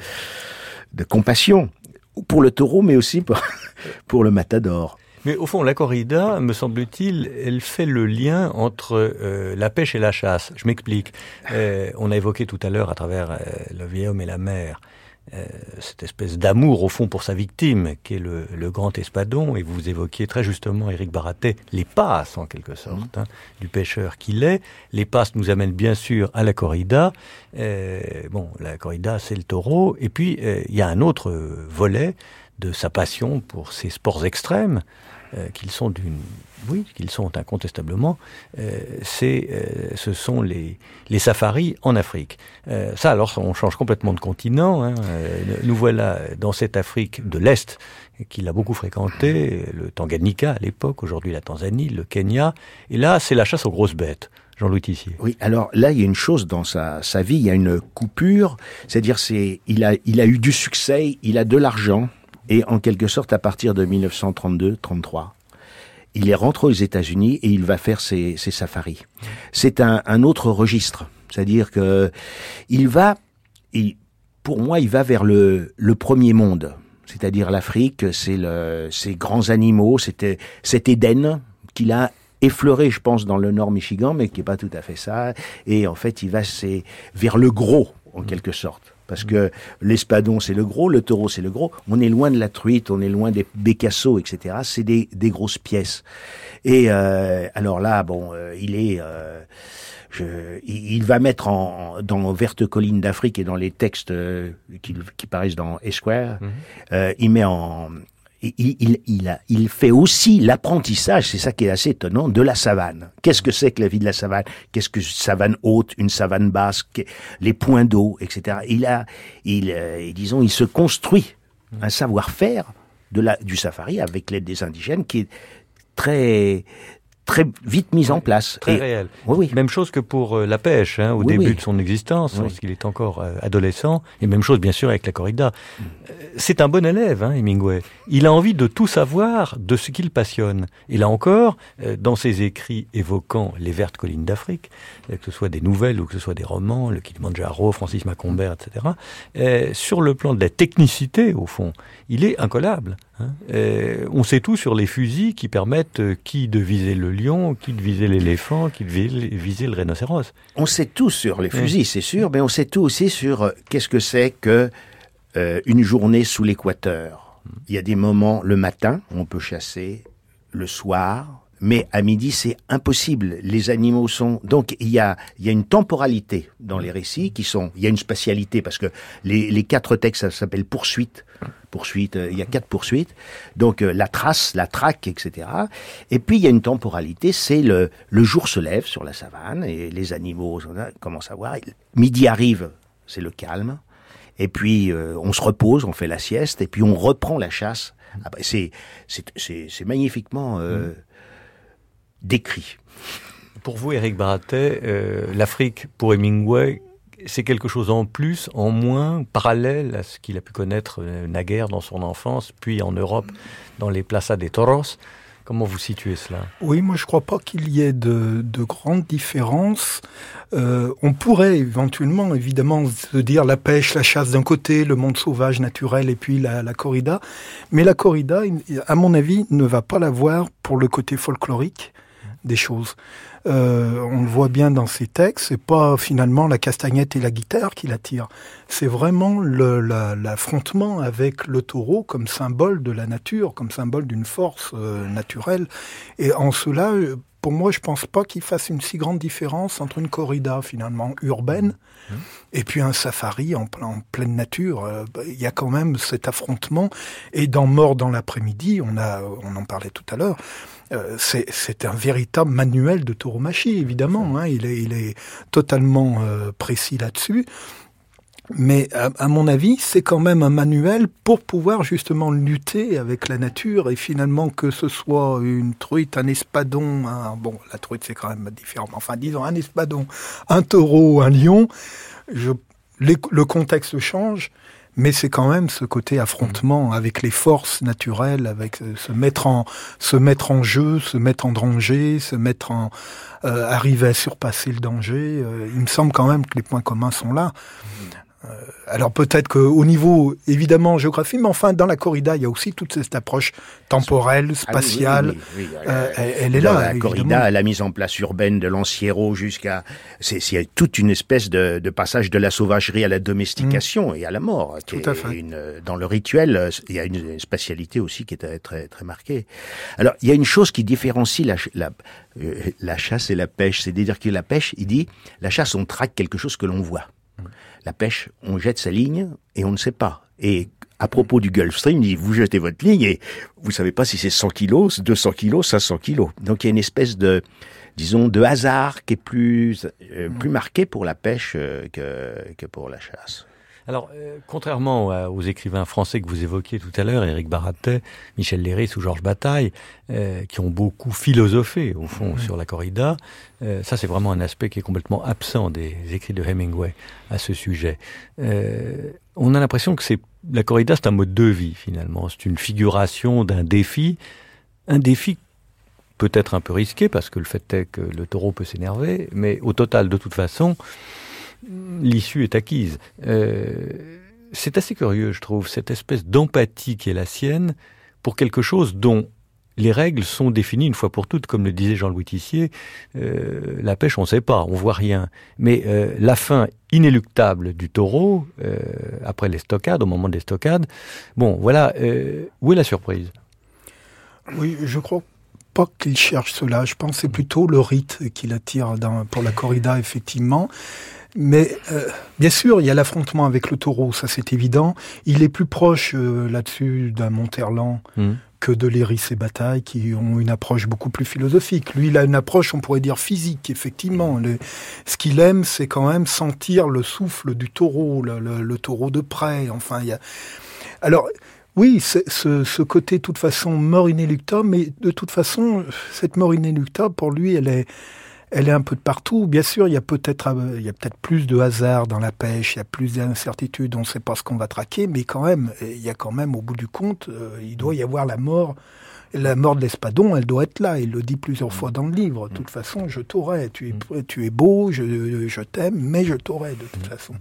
de compassion pour le taureau, mais aussi pour, pour le matador. Mais au fond, la corrida, me semble-t-il, elle fait le lien entre euh, la pêche et la chasse. Je m'explique. Euh, on a évoqué tout à l'heure, à travers euh, Le vieil homme et la mer, euh, cette espèce d'amour, au fond, pour sa victime, qui est le, le grand espadon. Et vous évoquiez très justement, Éric Baratet, les passes, en quelque sorte, hein, du pêcheur qu'il est. Les passes nous amènent bien sûr à la corrida. Euh, bon, la corrida, c'est le taureau. Et puis, il euh, y a un autre volet de sa passion pour ces sports extrêmes, euh, qu'ils sont d'une, oui, qu'ils sont incontestablement, euh, c'est, euh, ce sont les, les safaris en Afrique. Euh, ça, alors, on change complètement de continent. Hein. Euh, nous voilà dans cette Afrique de l'Est qu'il a beaucoup fréquenté, le Tanganyika à l'époque, aujourd'hui la Tanzanie, le Kenya. Et là, c'est la chasse aux grosses bêtes. Jean-Louis Tissier. Oui, alors là, il y a une chose dans sa, sa vie, il y a une coupure, c'est-à-dire c'est, il a, il a eu du succès, il a de l'argent, et en quelque sorte, à partir de dix-neuf cent trente-deux trente-trois, il est rentré aux États-Unis et il va faire ses, ses safaris. C'est un, un autre registre, c'est-à-dire que il va, il, pour moi, il va vers le, le premier monde, c'est-à-dire l'Afrique, c'est le, ces grands animaux, c'était cet Éden qu'il a effleuré, je pense, dans le Nord Michigan, mais qui est pas tout à fait ça. Et en fait, il va c'est vers le gros, en quelque sorte. Parce que l'espadon, c'est le gros, le taureau, c'est le gros. On est loin de la truite, on est loin des bécassos, et cetera. C'est des, des grosses pièces. Et euh, alors là, bon, euh, il est... Euh, je, il va mettre en, dans Verte colline d'Afrique et dans les textes euh, qui, qui paraissent dans Esquire, mmh. euh, il met en... Il, il, il, a, il fait aussi l'apprentissage, c'est ça qui est assez étonnant, de la savane. Qu'est-ce que c'est que la vie de la savane? Qu'est-ce que savane haute, une savane basse, les points d'eau, et cetera. Il a, il, euh, disons, il se construit un savoir-faire de la, du safari avec l'aide des indigènes qui est très, très vite mise en place. Très et, réel. Oui, oui. Même chose que pour euh, la pêche, hein, au oui, début oui. de son existence, oui. lorsqu'il est encore euh, adolescent, et même chose bien sûr avec la corrida. Mm. Euh, c'est un bon élève, hein, Hemingway. Il a envie de tout savoir de ce qu'il passionne. Et là encore, euh, dans ses écrits évoquant les vertes collines d'Afrique, euh, que ce soit des nouvelles ou que ce soit des romans, le Kilimanjaro, Francis Macombert, et cetera, euh, sur le plan de la technicité, au fond, il est incollable. Hein. Euh, on sait tout sur les fusils qui permettent euh, qui de viser le lion, qui de viser l'éléphant, qui de viser le rhinocéros. On sait tout sur les fusils, oui. c'est sûr, mais on sait tout aussi sur euh, qu'est-ce que c'est que euh, une journée sous l'équateur. Il y a des moments, le matin, on peut chasser, le soir, mais à midi, c'est impossible. Les animaux sont... Donc, il y a, il y a une temporalité dans les récits qui sont... Il y a une spatialité, parce que les, les quatre textes, ça s'appelle poursuite. Poursuite, euh, il y a quatre poursuites. Donc, euh, la trace, la traque, et cetera. Et puis, il y a une temporalité, c'est le, le jour se lève sur la savane, et les animaux commencent à voir. Midi arrive, c'est le calme. Et puis, euh, on se repose, on fait la sieste, et puis on reprend la chasse. Après, c'est, c'est, c'est, c'est magnifiquement... Euh, mmh. décrit. Pour vous, Éric Baratet, euh, l'Afrique, pour Hemingway, c'est quelque chose en plus, en moins, parallèle à ce qu'il a pu connaître euh, naguère dans son enfance, puis en Europe, dans les Plaza de Toros. Comment vous situez cela? Oui, moi je ne crois pas qu'il y ait de, de grandes différences. Euh, on pourrait éventuellement, évidemment, se dire la pêche, la chasse d'un côté, le monde sauvage, naturel, et puis la, la corrida. Mais la corrida, à mon avis, ne va pas l'avoir pour le côté folklorique des choses. Euh, on le voit bien dans ses textes, c'est pas finalement la castagnette et la guitare qui l'attirent. C'est vraiment le, la, l'affrontement avec le taureau comme symbole de la nature, comme symbole d'une force euh, naturelle. Et en cela, pour moi, je pense pas qu'il fasse une si grande différence entre une corrida finalement urbaine mmh. et puis un safari en, en pleine nature. Euh, il y a quand même cet affrontement. Et dans Mort dans l'après-midi, on a, on en parlait tout à l'heure. Euh, c'est, c'est un véritable manuel de tauromachie, évidemment. Hein, il est, il est totalement euh, précis là-dessus. Mais à, à mon avis, c'est quand même un manuel pour pouvoir justement lutter avec la nature et finalement que ce soit une truite, un espadon, un, bon, la truite c'est quand même différent. Enfin, disons un espadon, un taureau, un lion. Je, les, le contexte change. Mais c'est quand même ce côté affrontement avec les forces naturelles, avec euh, se mettre en se mettre en jeu, se mettre en danger, se mettre en euh, arriver à surpasser le danger. Euh, il me semble quand même que les points communs sont là. Euh, alors peut-être qu'au niveau, évidemment, géographie, mais enfin, dans la corrida, il y a aussi toute cette approche temporelle, spatiale. Ah oui, oui, oui, oui. Euh, elle, elle est là, la corrida, la mise en place urbaine de Lanciero jusqu'à... C'est, c'est toute une espèce de, de passage de la sauvagerie à la domestication mmh. et à la mort. Tout à fait. Une, dans le rituel, il y a une spatialité aussi qui est très, très, très marquée. Alors, il y a une chose qui différencie la, la, euh, la chasse et la pêche. C'est-à-dire que la pêche, il dit, la chasse, on traque quelque chose que l'on voit. La pêche, on jette sa ligne et on ne sait pas. Et à propos du Gulf Stream, il dit, vous jetez votre ligne et vous savez pas si c'est cent kilos, deux cents kilos, cinq cents kilos. Donc il y a une espèce de, disons, de hasard qui est plus, euh, plus marqué pour la pêche euh, que, que pour la chasse. Alors, euh, contrairement à, aux écrivains français que vous évoquiez tout à l'heure, Éric Baratet, Michel Leiris ou Georges Bataille, euh, qui ont beaucoup philosophé, au fond, mmh. sur la corrida, euh, ça c'est vraiment un aspect qui est complètement absent des écrits de Hemingway à ce sujet. Euh, on a l'impression que c'est la corrida, c'est un mode de vie, finalement. C'est une figuration d'un défi, un défi peut-être un peu risqué, parce que le fait est que le taureau peut s'énerver, mais au total, de toute façon, l'issue est acquise. Euh, c'est assez curieux, je trouve, cette espèce d'empathie qui est la sienne pour quelque chose dont les règles sont définies une fois pour toutes, comme le disait Jean-Louis Tissier. Euh, la pêche, on ne sait pas, on voit rien. Mais euh, la fin inéluctable du taureau, euh, après les stockades, au moment des stockades, bon, voilà, euh, où est la surprise ? Oui, je crois pas qu'il cherche cela. Je pense que c'est plutôt le rite qui l'attire dans, pour la corrida, effectivement. Mais euh, bien sûr, il y a l'affrontement avec le taureau, ça c'est évident. Il est plus proche euh, là-dessus d'un Monterland mmh. que de Leiris et Bataille, qui ont une approche beaucoup plus philosophique. Lui, il a une approche, on pourrait dire, physique, effectivement. Le, ce qu'il aime, c'est quand même sentir le souffle du taureau, le, le, le taureau de près. Enfin, il y a... Alors... Oui, c'est, ce, ce côté, de toute façon, mort inéluctable, mais de toute façon, cette mort inéluctable, pour lui, elle est, elle est un peu de partout. Bien sûr, il y a peut-être, il y a peut-être plus de hasard dans la pêche, il y a plus d'incertitude, on ne sait pas ce qu'on va traquer, mais quand même, il y a quand même, au bout du compte, euh, il doit y avoir la mort. La mort de l'espadon, elle doit être là. Il le dit plusieurs fois dans le livre. De toute façon, je t'aurai. Tu es, tu es beau, je, je t'aime, mais je t'aurai de toute façon.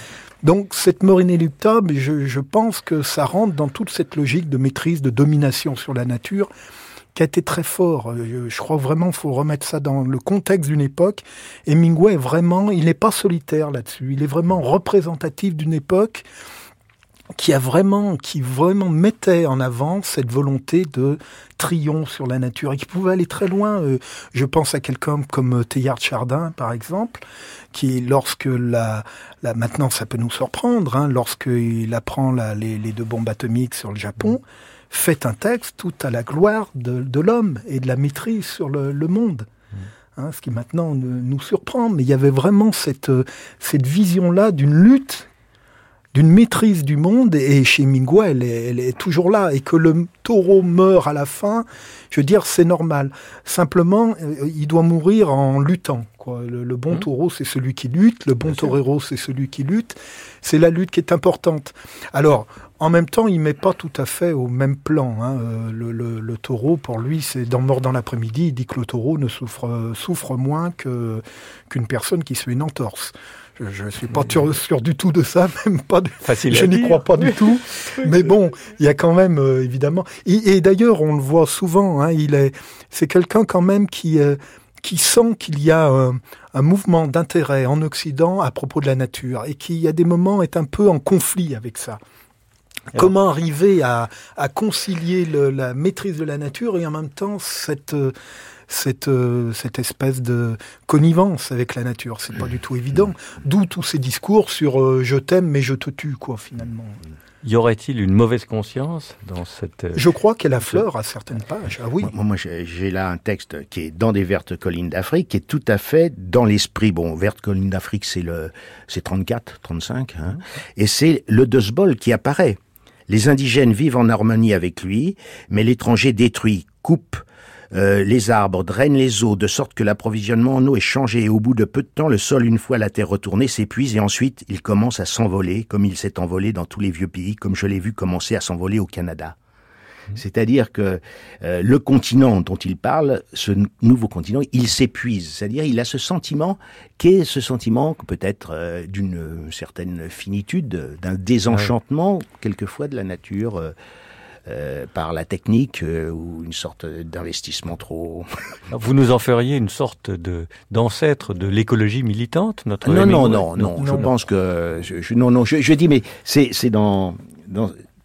Donc, cette mort inéluctable, je, je pense que ça rentre dans toute cette logique de maîtrise, de domination sur la nature, qui a été très fort. Je, je crois vraiment qu'il faut remettre ça dans le contexte d'une époque. Hemingway, vraiment, il n'est pas solitaire là-dessus. Il est vraiment représentatif d'une époque qui a vraiment, qui vraiment mettait en avant cette volonté de triomphe sur la nature et qui pouvait aller très loin. Je pense à quelqu'un comme Teilhard de Chardin, par exemple, qui, lorsque la, la maintenant ça peut nous surprendre, hein, lorsqu'il apprend la, les, les deux bombes atomiques sur le Japon, fait un texte tout à la gloire de, de l'homme et de la maîtrise sur le, le monde. Hein, ce qui maintenant nous surprend, mais il y avait vraiment cette, cette vision-là d'une lutte, d'une maîtrise du monde, et chez Hemingway, elle est, elle est toujours là. Et que le taureau meurt à la fin, je veux dire, c'est normal. Simplement, il doit mourir en luttant, quoi. Le, le bon mmh. taureau, c'est celui qui lutte. Le bon Bien torero, sûr. c'est celui qui lutte. C'est la lutte qui est importante. Alors, en même temps, il met pas tout à fait au même plan. Hein. Le, le, le taureau, pour lui, c'est dans Mort dans l'après-midi, il dit que le taureau ne souffre, souffre moins que, qu'une personne qui se fait une entorse. Je ne suis pas sûr, sûr du tout de ça, même pas. De, Facile je à n'y dire. crois pas du tout. Mais bon, il y a quand même, euh, évidemment. Et, et d'ailleurs, on le voit souvent. Hein, il est, c'est quelqu'un quand même qui, euh, qui sent qu'il y a un, un mouvement d'intérêt en Occident à propos de la nature et qui, à des moments, est un peu en conflit avec ça. Alors, comment arriver à, à concilier le, la maîtrise de la nature et en même temps cette euh, cette euh, cette espèce de connivence avec la nature, c'est pas du tout évident. D'où tous ces discours sur euh, je t'aime mais je te tue, quoi, finalement. Y aurait-il une mauvaise conscience dans cette... Je crois qu'elle affleure à certaines pages. Ah oui. Moi, moi j'ai, j'ai là un texte qui est dans des Vertes collines d'Afrique, qui est tout à fait dans l'esprit. Bon, Vertes collines d'Afrique, c'est le c'est trente-quatre, trente-cinq, hein, et c'est le Dust Bowl qui apparaît. Les indigènes vivent en harmonie avec lui, mais l'étranger détruit, coupe euh, les arbres, draine les eaux, de sorte que l'approvisionnement en eau est changé. Et au bout de peu de temps, le sol, une fois la terre retournée, s'épuise et ensuite il commence à s'envoler, comme il s'est envolé dans tous les vieux pays, comme je l'ai vu commencer à s'envoler au Canada. Mmh. C'est-à-dire que euh, le continent dont il parle, ce n- nouveau continent, il s'épuise. C'est-à-dire il a ce sentiment, qu'est ce sentiment peut-être euh, d'une euh, certaine finitude, d'un désenchantement ouais. quelquefois de la nature euh, euh, par la technique euh, ou une sorte d'investissement trop... Vous nous en feriez une sorte de, d'ancêtre de l'écologie militante, notre Non, ami, non, ouais. non, non, non, je non, pense non. que... Je, je, non, non, je, je dis, mais c'est, c'est dans... dans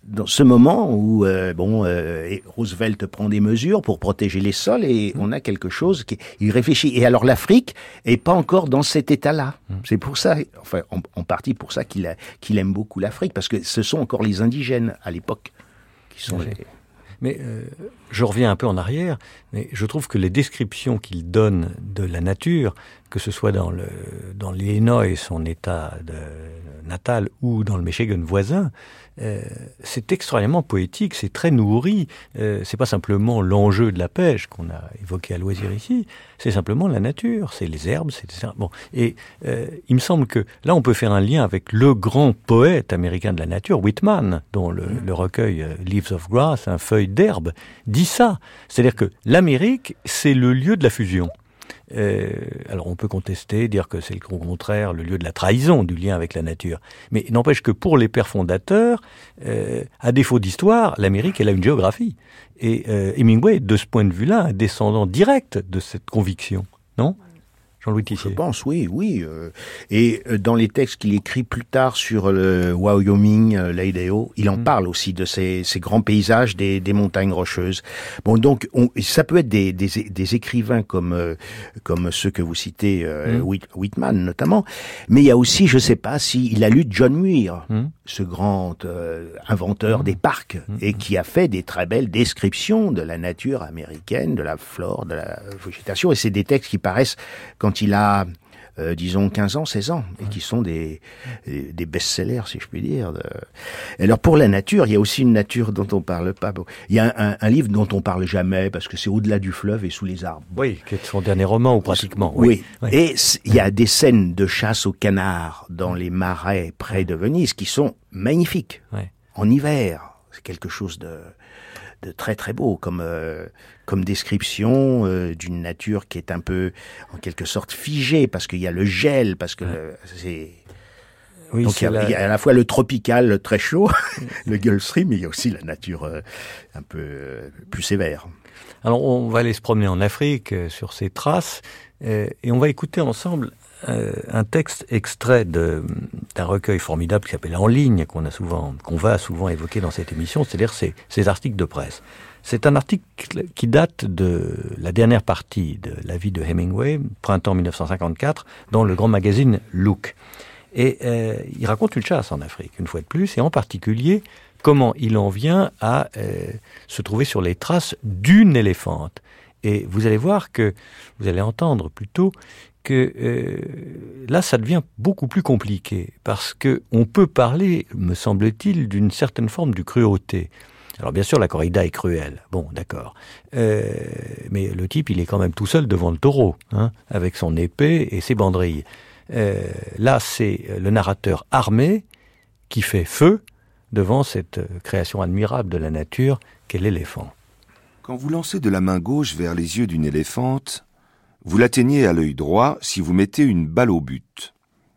dans ce moment où euh, bon, euh, Roosevelt prend des mesures pour protéger les sols et mmh. on a quelque chose qui il réfléchit. Et alors l'Afrique est pas encore dans cet état-là. Mmh. C'est pour ça, enfin en, en partie pour ça qu'il a, qu'il aime beaucoup l'Afrique, parce que ce sont encore les indigènes à l'époque qui sont. Les... Mais euh, je reviens un peu en arrière, mais je trouve que les descriptions qu'il donne de la nature, que ce soit dans le dans l'Illinois, son état de, natal, ou dans le Michigan voisin, euh, c'est extrêmement poétique, c'est très nourri. Euh, c'est pas simplement l'enjeu de la pêche qu'on a évoqué à loisir ici, c'est simplement la nature, c'est les herbes, c'est bon. Et euh, il me semble que là, on peut faire un lien avec le grand poète américain de la nature, Whitman, dont le, le recueil euh, Leaves of Grass, un feuille d'herbe, dit ça. C'est-à-dire que l'Amérique, c'est le lieu de la fusion. Euh, alors on peut contester, dire que c'est le contraire, le lieu de la trahison du lien avec la nature. Mais il n'empêche que pour les pères fondateurs, euh, à défaut d'histoire, l'Amérique, elle a une géographie. Et euh, Hemingway, de ce point de vue-là, un descendant direct de cette conviction, non ? Jean-Louis Tissier. Je pense, oui, oui. Euh, et euh, dans les textes qu'il écrit plus tard sur le Wyoming, euh, l'Idaho, il en mmh. parle aussi de ces, ces grands paysages des, des montagnes rocheuses. Bon, donc, on, ça peut être des, des, des écrivains comme euh, comme ceux que vous citez, euh, mmh. Whitman notamment, mais il y a aussi, je sais pas, si il a lu John Muir, mmh. ce grand euh, inventeur mmh. des parcs, mmh. et qui a fait des très belles descriptions de la nature américaine, de la flore, de la végétation, et c'est des textes qui paraissent, quand il a, euh, disons, quinze ans, seize ans, et qui sont des, des best-sellers, si je puis dire. De... Alors, pour la nature, il y a aussi une nature dont on parle pas. Il y a un, un, un livre dont on parle jamais, parce que c'est Au-delà du fleuve et sous les arbres. Oui, qui est son dernier roman, ou pratiquement. Oui. oui. oui. Et il y a des scènes de chasse aux canards dans les marais près de Venise qui sont magnifiques. Oui. En hiver, c'est quelque chose de... de très très beau comme euh, comme description euh, d'une nature qui est un peu en quelque sorte figée parce qu'il y a le gel, parce que ouais. le, c'est oui, donc il y, a, la... il y a à la fois le tropical, le très chaud, le Gulf Stream, mais il y a aussi la nature euh, un peu euh, plus sévère. Alors on va aller se promener en Afrique euh, sur ces traces euh, et on va écouter ensemble euh, un texte extrait de d'un recueil formidable qui s'appelle En ligne, qu'on a souvent, qu'on va souvent évoquer dans cette émission, c'est-à-dire ces, ces articles de presse. C'est un article qui date de la dernière partie de la vie de Hemingway, printemps dix-neuf cent cinquante-quatre, dans le grand magazine Look. Et euh, il raconte une chasse en Afrique, une fois de plus, et en particulier comment il en vient à euh, se trouver sur les traces d'une éléphante. Et vous allez voir que, vous allez entendre plutôt, que euh, là, ça devient beaucoup plus compliqué, parce que on peut parler, me semble-t-il, d'une certaine forme de cruauté. Alors bien sûr, la corrida est cruelle, bon, d'accord. Euh, mais le type, il est quand même tout seul devant le taureau, hein, avec son épée et ses banderilles. Euh, là, c'est le narrateur armé qui fait feu devant cette création admirable de la nature qu'est l'éléphant. Quand vous lancez de la main gauche vers les yeux d'une éléphante, vous l'atteignez à l'œil droit si vous mettez une balle au but.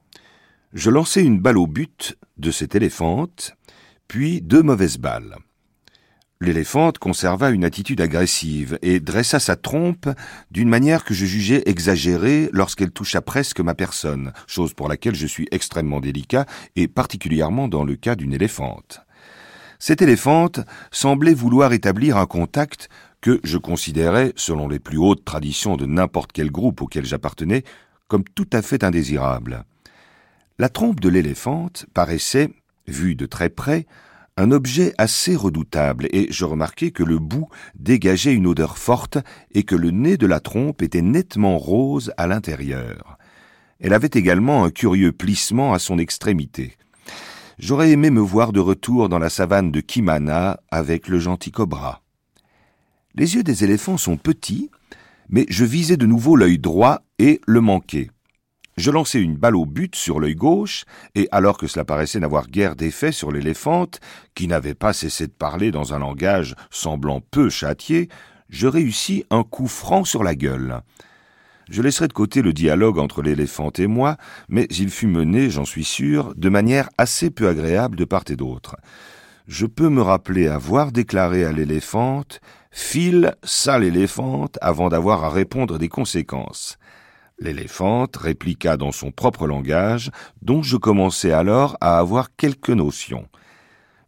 Je lançai une balle au but de cette éléphante, puis deux mauvaises balles. L'éléphante conserva une attitude agressive et dressa sa trompe d'une manière que je jugeais exagérée lorsqu'elle toucha presque ma personne, chose pour laquelle je suis extrêmement délicat, et particulièrement dans le cas d'une éléphante. Cette éléphante semblait vouloir établir un contact que je considérais, selon les plus hautes traditions de n'importe quel groupe auquel j'appartenais, comme tout à fait indésirable. La trompe de l'éléphante paraissait, vue de très près, un objet assez redoutable, et je remarquai que le bout dégageait une odeur forte et que le nez de la trompe était nettement rose à l'intérieur. Elle avait également un curieux plissement à son extrémité. J'aurais aimé me voir de retour dans la savane de Kimana avec le gentil cobra. Les yeux des éléphants sont petits, mais je visais de nouveau l'œil droit et le manquai. Je lançai une balle au but sur l'œil gauche, et alors que cela paraissait n'avoir guère d'effet sur l'éléphante, qui n'avait pas cessé de parler dans un langage semblant peu châtié, je réussis un coup franc sur la gueule. Je laisserai de côté le dialogue entre l'éléphante et moi, mais il fut mené, j'en suis sûr, de manière assez peu agréable de part et d'autre. Je peux me rappeler avoir déclaré à l'éléphante « File, sale éléphante » avant d'avoir à répondre des conséquences. L'éléphante répliqua dans son propre langage, dont je commençais alors à avoir quelques notions.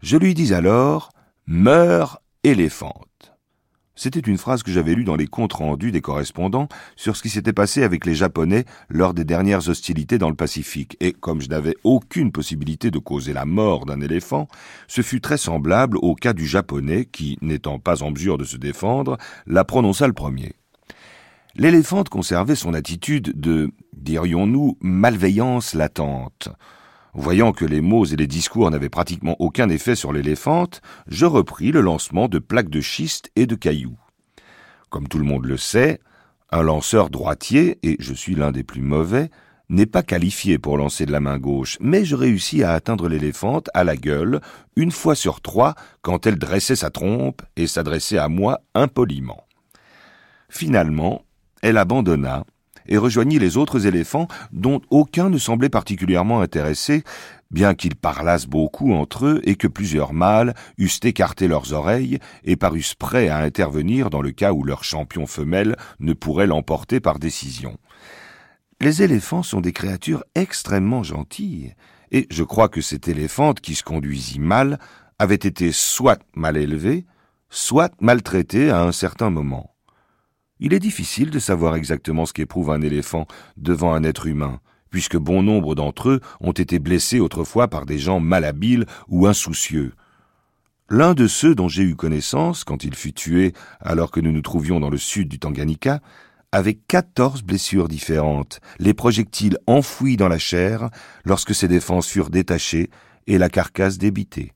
Je lui dis alors « Meurs, éléphante ». C'était une phrase que j'avais lue dans les comptes rendus des correspondants sur ce qui s'était passé avec les Japonais lors des dernières hostilités dans le Pacifique. Et comme je n'avais aucune possibilité de causer la mort d'un éléphant, ce fut très semblable au cas du Japonais qui, n'étant pas en mesure de se défendre, la prononça le premier. L'éléphante conservait son attitude de, dirions-nous, malveillance latente. Voyant que les mots et les discours n'avaient pratiquement aucun effet sur l'éléphante, je repris le lancement de plaques de schiste et de cailloux. Comme tout le monde le sait, un lanceur droitier, et je suis l'un des plus mauvais, n'est pas qualifié pour lancer de la main gauche, mais je réussis à atteindre l'éléphante à la gueule une fois sur trois quand elle dressait sa trompe et s'adressait à moi impoliment. Finalement, elle abandonna et rejoignit les autres éléphants dont aucun ne semblait particulièrement intéressé, bien qu'ils parlassent beaucoup entre eux et que plusieurs mâles eussent écarté leurs oreilles et parussent prêts à intervenir dans le cas où leur champion femelle ne pourrait l'emporter par décision. Les éléphants sont des créatures extrêmement gentilles, et je crois que cette éléphante qui se conduisit mal avait été soit mal élevée, soit maltraitée à un certain moment. Il est difficile de savoir exactement ce qu'éprouve un éléphant devant un être humain, puisque bon nombre d'entre eux ont été blessés autrefois par des gens malhabiles ou insoucieux. L'un de ceux dont j'ai eu connaissance, quand il fut tué alors que nous nous trouvions dans le sud du Tanganyika, avait quatorze blessures différentes, les projectiles enfouis dans la chair lorsque ses défenses furent détachées et la carcasse débitée.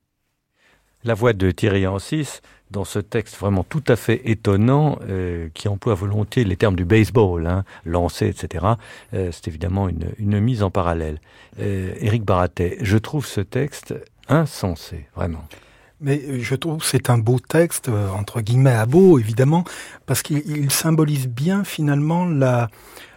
La voix de Thierry Ansys, dans ce texte vraiment tout à fait étonnant, euh, qui emploie volontiers les termes du baseball, hein, lancer, et cetera, euh, c'est évidemment une, une mise en parallèle. Euh, Éric Baratet, je trouve ce texte insensé, vraiment. Mais je trouve que c'est un beau texte, euh, entre guillemets à beau, évidemment, parce qu'il il symbolise bien, finalement, la,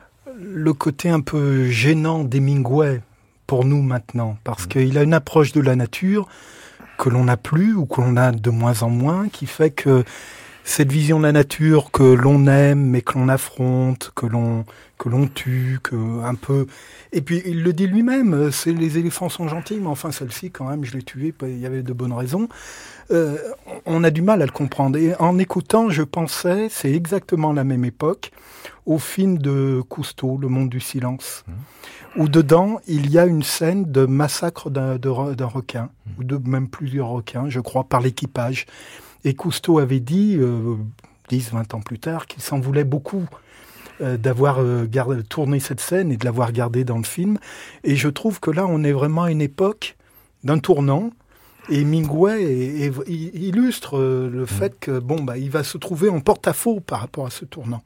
le côté un peu gênant d'Hemingway pour nous maintenant, parce mmh. qu'il a une approche de la nature que l'on n'a plus ou que l'on a de moins en moins, qui fait que cette vision de la nature que l'on aime mais que l'on affronte, que l'on que l'on tue, que un peu. Et puis il le dit lui-même, c'est les éléphants sont gentils, mais enfin celle-ci quand même je l'ai tuée, il y avait de bonnes raisons. Euh, on a du mal à le comprendre. Et en écoutant, je pensais, c'est exactement la même époque, au film de Cousteau, Le Monde du silence. Mmh. Où dedans, il y a une scène de massacre d'un, de, d'un requin, mmh. ou de même plusieurs requins, je crois, par l'équipage. Et Cousteau avait dit, euh, dix, vingt ans plus tard, qu'il s'en voulait beaucoup euh, d'avoir euh, gardé, tourné cette scène et de l'avoir gardée dans le film. Et je trouve que là, on est vraiment à une époque d'un tournant. Et Hemingway est, est, est, illustre euh, le mmh. fait que bon, bah, il va se trouver en porte-à-faux par rapport à ce tournant.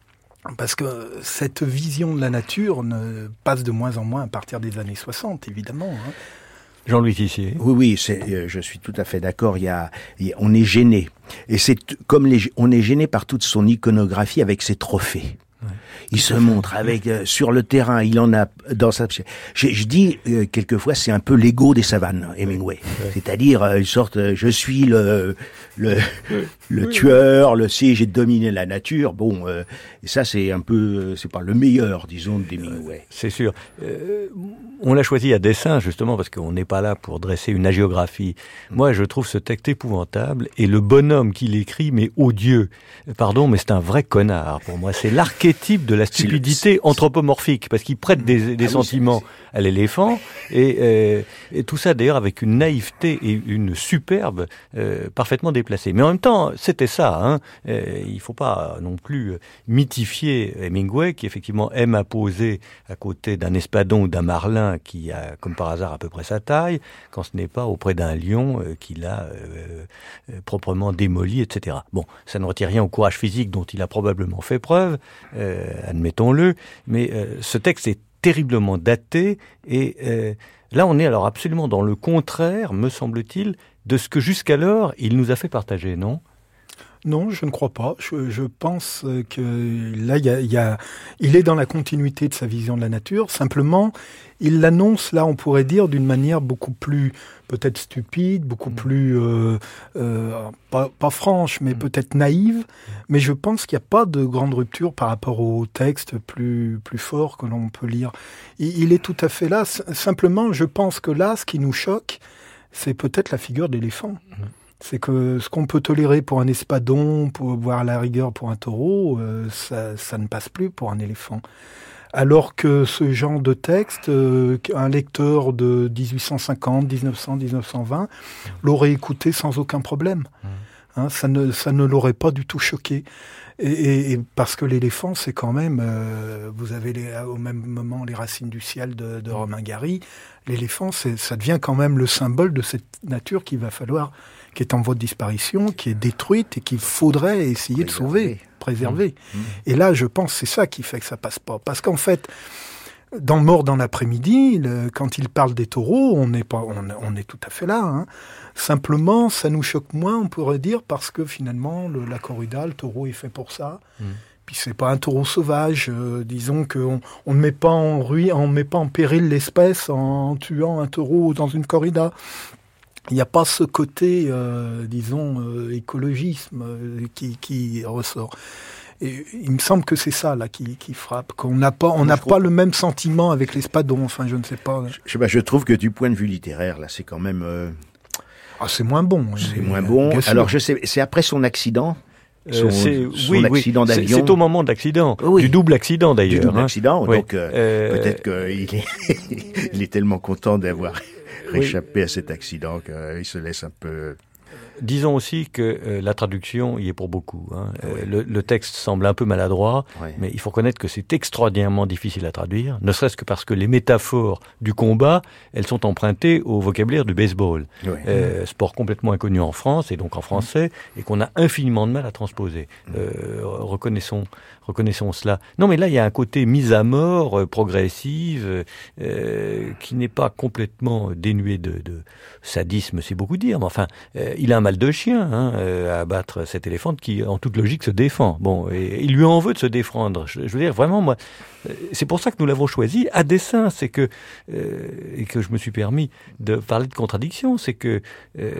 Parce que cette vision de la nature ne passe de moins en moins à partir des années soixante, évidemment. Hein. Jean-Louis Tissier. Oui, oui, c'est, euh, je suis tout à fait d'accord. Il y a, il y a, on est gêné. Et c'est comme les, on est gêné par toute son iconographie avec ses trophées. Ouais. Il se montre avec euh, sur le terrain, il en a dans sa. Je, je dis euh, quelquefois c'est un peu l'ego des savanes, Hemingway. Ouais. C'est-à-dire euh, une sorte, euh, je suis le le, ouais. le oui, tueur, oui. le si j'ai dominé la nature. Bon, euh, et ça c'est un peu, euh, c'est pas le meilleur, disons, d'Hemingway. C'est sûr. Euh, on l'a choisi à dessein justement parce qu'on n'est pas là pour dresser une hagiographie. Mmh. Moi, je trouve ce texte épouvantable et le bonhomme qui l'écrit, mais odieux. Pardon, mais c'est un vrai connard pour moi. C'est l'archétype de la stupidité le... anthropomorphique, parce qu'il prête des, des ah sentiments oui, c'est... à l'éléphant, et, euh, et tout ça d'ailleurs avec une naïveté et une superbe euh, parfaitement déplacée. Mais en même temps, c'était ça. Hein. Euh, il ne faut pas non plus mythifier Hemingway, qui effectivement aime à poser à côté d'un espadon ou d'un marlin qui a, comme par hasard, à peu près sa taille, quand ce n'est pas auprès d'un lion euh, qu'il a euh, euh, proprement démoli, et cetera. Bon, ça ne retire rien au courage physique dont il a probablement fait preuve, euh, admettons-le, mais euh, ce texte est terriblement daté et euh, là on est alors absolument dans le contraire, me semble-t-il, de ce que jusqu'alors il nous a fait partager, non ? Non, je ne crois pas. Je, je pense que là, il y a, il y a, il est dans la continuité de sa vision de la nature. Simplement, il l'annonce, là, on pourrait dire, d'une manière beaucoup plus, peut-être stupide, beaucoup mmh. plus, euh, euh, pas, pas franche, mais mmh. peut-être naïve. Mais je pense qu'il n'y a pas de grande rupture par rapport au texte plus, plus fort que l'on peut lire. Il, il est tout à fait là. Simplement, je pense que là, ce qui nous choque, c'est peut-être la figure d'éléphant. Mmh. C'est que ce qu'on peut tolérer pour un espadon, pour voire à la rigueur pour un taureau, euh, ça, ça ne passe plus pour un éléphant. Alors que ce genre de texte, euh, un lecteur de dix-huit cent cinquante, dix-neuf cents, dix-neuf cent vingt l'aurait écouté sans aucun problème. Mmh. Hein, ça ne, ça ne l'aurait pas du tout choqué. Et, et, et parce que l'éléphant, c'est quand même, euh, vous avez les, au même moment les racines du ciel de, de Romain Gary. L'éléphant, c'est, ça devient quand même le symbole de cette nature qu'il va falloir, qui est en voie de disparition, qui est détruite et qu'il faudrait essayer de sauver, préserver. Mmh. Mmh. Et là, je pense, c'est ça qui fait que ça passe pas. Parce qu'en fait, dans le Mort dans l'après-midi, le, quand il parle des taureaux, on est pas, on, on est tout à fait là. Hein. Simplement, ça nous choque moins, on pourrait dire, parce que finalement, le, la corrida, le taureau est fait pour ça. Mmh. Puis c'est pas un taureau sauvage. Euh, disons qu'on on ne met pas en ruine, on met pas en péril l'espèce en tuant un taureau dans une corrida. Il n'y a pas ce côté, euh, disons, euh, écologisme euh, qui, qui ressort. Et il me semble que c'est ça là qui, qui frappe, qu'on n'a pas, on n'a pas trouve... le même sentiment avec l'espadon. Enfin, je ne sais pas. Je, je, bah, je trouve que du point de vue littéraire, là, c'est quand même. Euh... Ah, c'est moins bon. C'est moins bon. Alors, je sais, c'est après son accident. Son, euh, c'est, son oui, accident oui. d'avion. C'est, c'est au moment de l'accident, oui. du double accident d'ailleurs. Du double hein. accident. Oui. Donc, euh, euh... peut-être qu'il est, il est tellement content d'avoir réchappé oui. à cet accident qu'il se laisse un peu. Disons aussi que euh, la traduction y est pour beaucoup. Hein. Euh, oui. le, le texte semble un peu maladroit, oui. mais il faut reconnaître que c'est extraordinairement difficile à traduire, ne serait-ce que parce que les métaphores du combat, elles sont empruntées au vocabulaire du baseball. Oui. Euh, sport complètement inconnu en France, et donc en français, et qu'on a infiniment de mal à transposer. Euh, reconnaissons, reconnaissons cela. Non, mais là, il y a un côté mise à mort, euh, progressive, euh, qui n'est pas complètement dénué de, de sadisme, c'est beaucoup dire, mais enfin, euh, il a un mal de chien hein, euh, à abattre cet éléphant qui, en toute logique, se défend. Bon, et il lui en veut de se défendre. Je, je veux dire, vraiment, moi, c'est pour ça que nous l'avons choisi à dessein. C'est que euh, et que je me suis permis de parler de contradiction. C'est que euh,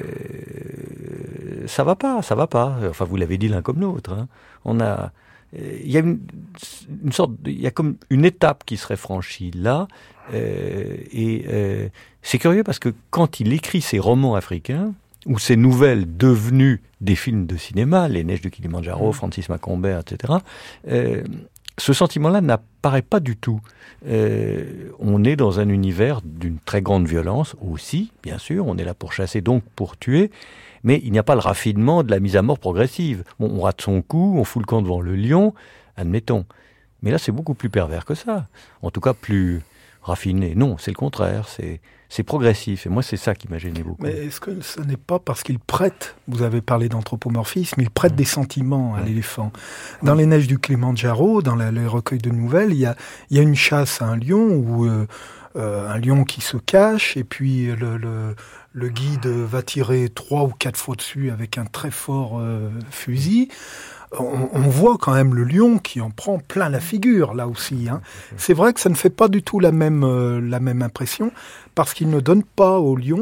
ça va pas, ça va pas. Enfin, vous l'avez dit l'un comme l'autre. Hein. On a, il y a une, une sorte, il y a comme une étape qui serait franchie là. Euh, et euh, c'est curieux parce que quand il écrit ses romans africains, ou ces nouvelles devenues des films de cinéma, Les Neiges de Kilimandjaro, Francis Macombert, et cetera, euh, ce sentiment-là n'apparaît pas du tout. Euh, on est dans un univers d'une très grande violence aussi, bien sûr, on est là pour chasser, donc pour tuer, mais il n'y a pas le raffinement de la mise à mort progressive. Bon, on rate son coup, on fout le camp devant le lion, admettons. Mais là, c'est beaucoup plus pervers que ça. En tout cas, plus raffiné. Non, c'est le contraire, c'est... C'est progressif, et moi c'est ça qui m'a gêné beaucoup. Mais est-ce que ce n'est pas parce qu'il prête, vous avez parlé d'anthropomorphisme, il prête mmh. des sentiments à mmh. l'éléphant. Dans mmh. Les Neiges du Kilimandjaro, dans la, les recueils de nouvelles, il y a, il y a une chasse à un lion, où euh, euh, un lion qui se cache, et puis le, le, le guide va tirer trois ou quatre fois dessus avec un très fort euh, fusil. On, on voit quand même le lion qui en prend plein la figure, là aussi. Hein. C'est vrai que ça ne fait pas du tout la même, euh, la même impression, parce qu'il ne donne pas au lion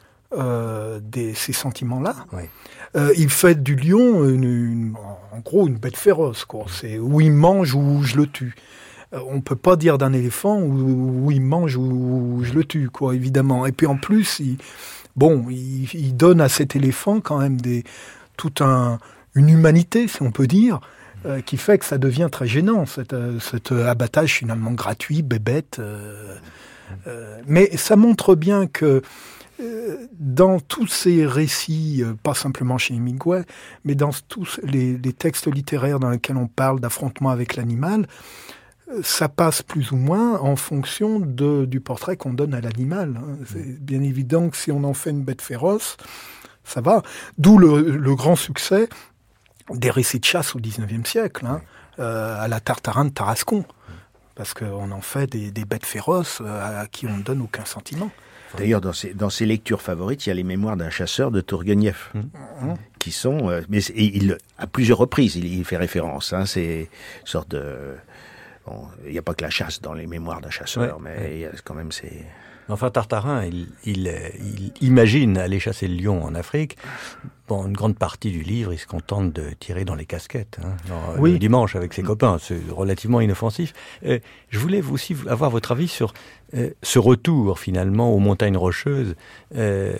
euh, des, ces sentiments-là. Oui. Euh, il fait du lion, une, une, en gros, une bête féroce. Quoi. C'est où il mange ou où je le tue. Euh, on ne peut pas dire d'un éléphant où, où il mange ou où je le tue, quoi, évidemment. Et puis en plus, il, bon, il, il donne à cet éléphant quand même des, tout un... une humanité, si on peut dire, euh, qui fait que ça devient très gênant, cet, euh, cet abattage finalement gratuit, bébête. Euh, euh, mais ça montre bien que euh, dans tous ces récits, euh, pas simplement chez Hemingway, mais dans tous les, les textes littéraires dans lesquels on parle d'affrontement avec l'animal, euh, ça passe plus ou moins en fonction de, du portrait qu'on donne à l'animal. Hein. C'est bien évident que si on en fait une bête féroce, ça va. D'où le, le grand succès des récits de chasse au dix-neuvième siècle, hein, euh, à la Tartarin de Tarascon, parce qu'on en fait des, des bêtes féroces euh, à qui on ne donne aucun sentiment. D'ailleurs, dans ses, dans ses lectures favorites, il y a les mémoires d'un chasseur de Tourguenieff, mmh. qui sont... Euh, mais il, à plusieurs reprises, il, il fait référence. Hein, c'est une sorte de... Bon, il n'y a pas que la chasse dans les mémoires d'un chasseur, ouais, mais ouais. il y a quand même ces... Enfin, Tartarin, il, il, il imagine aller chasser le lion en Afrique. bon, une grande partie du livre, il se contente de tirer dans les casquettes, hein, dans, oui. le dimanche avec ses copains. C'est relativement inoffensif. Euh, je voulais aussi avoir votre avis sur euh, ce retour, finalement, aux montagnes rocheuses, euh,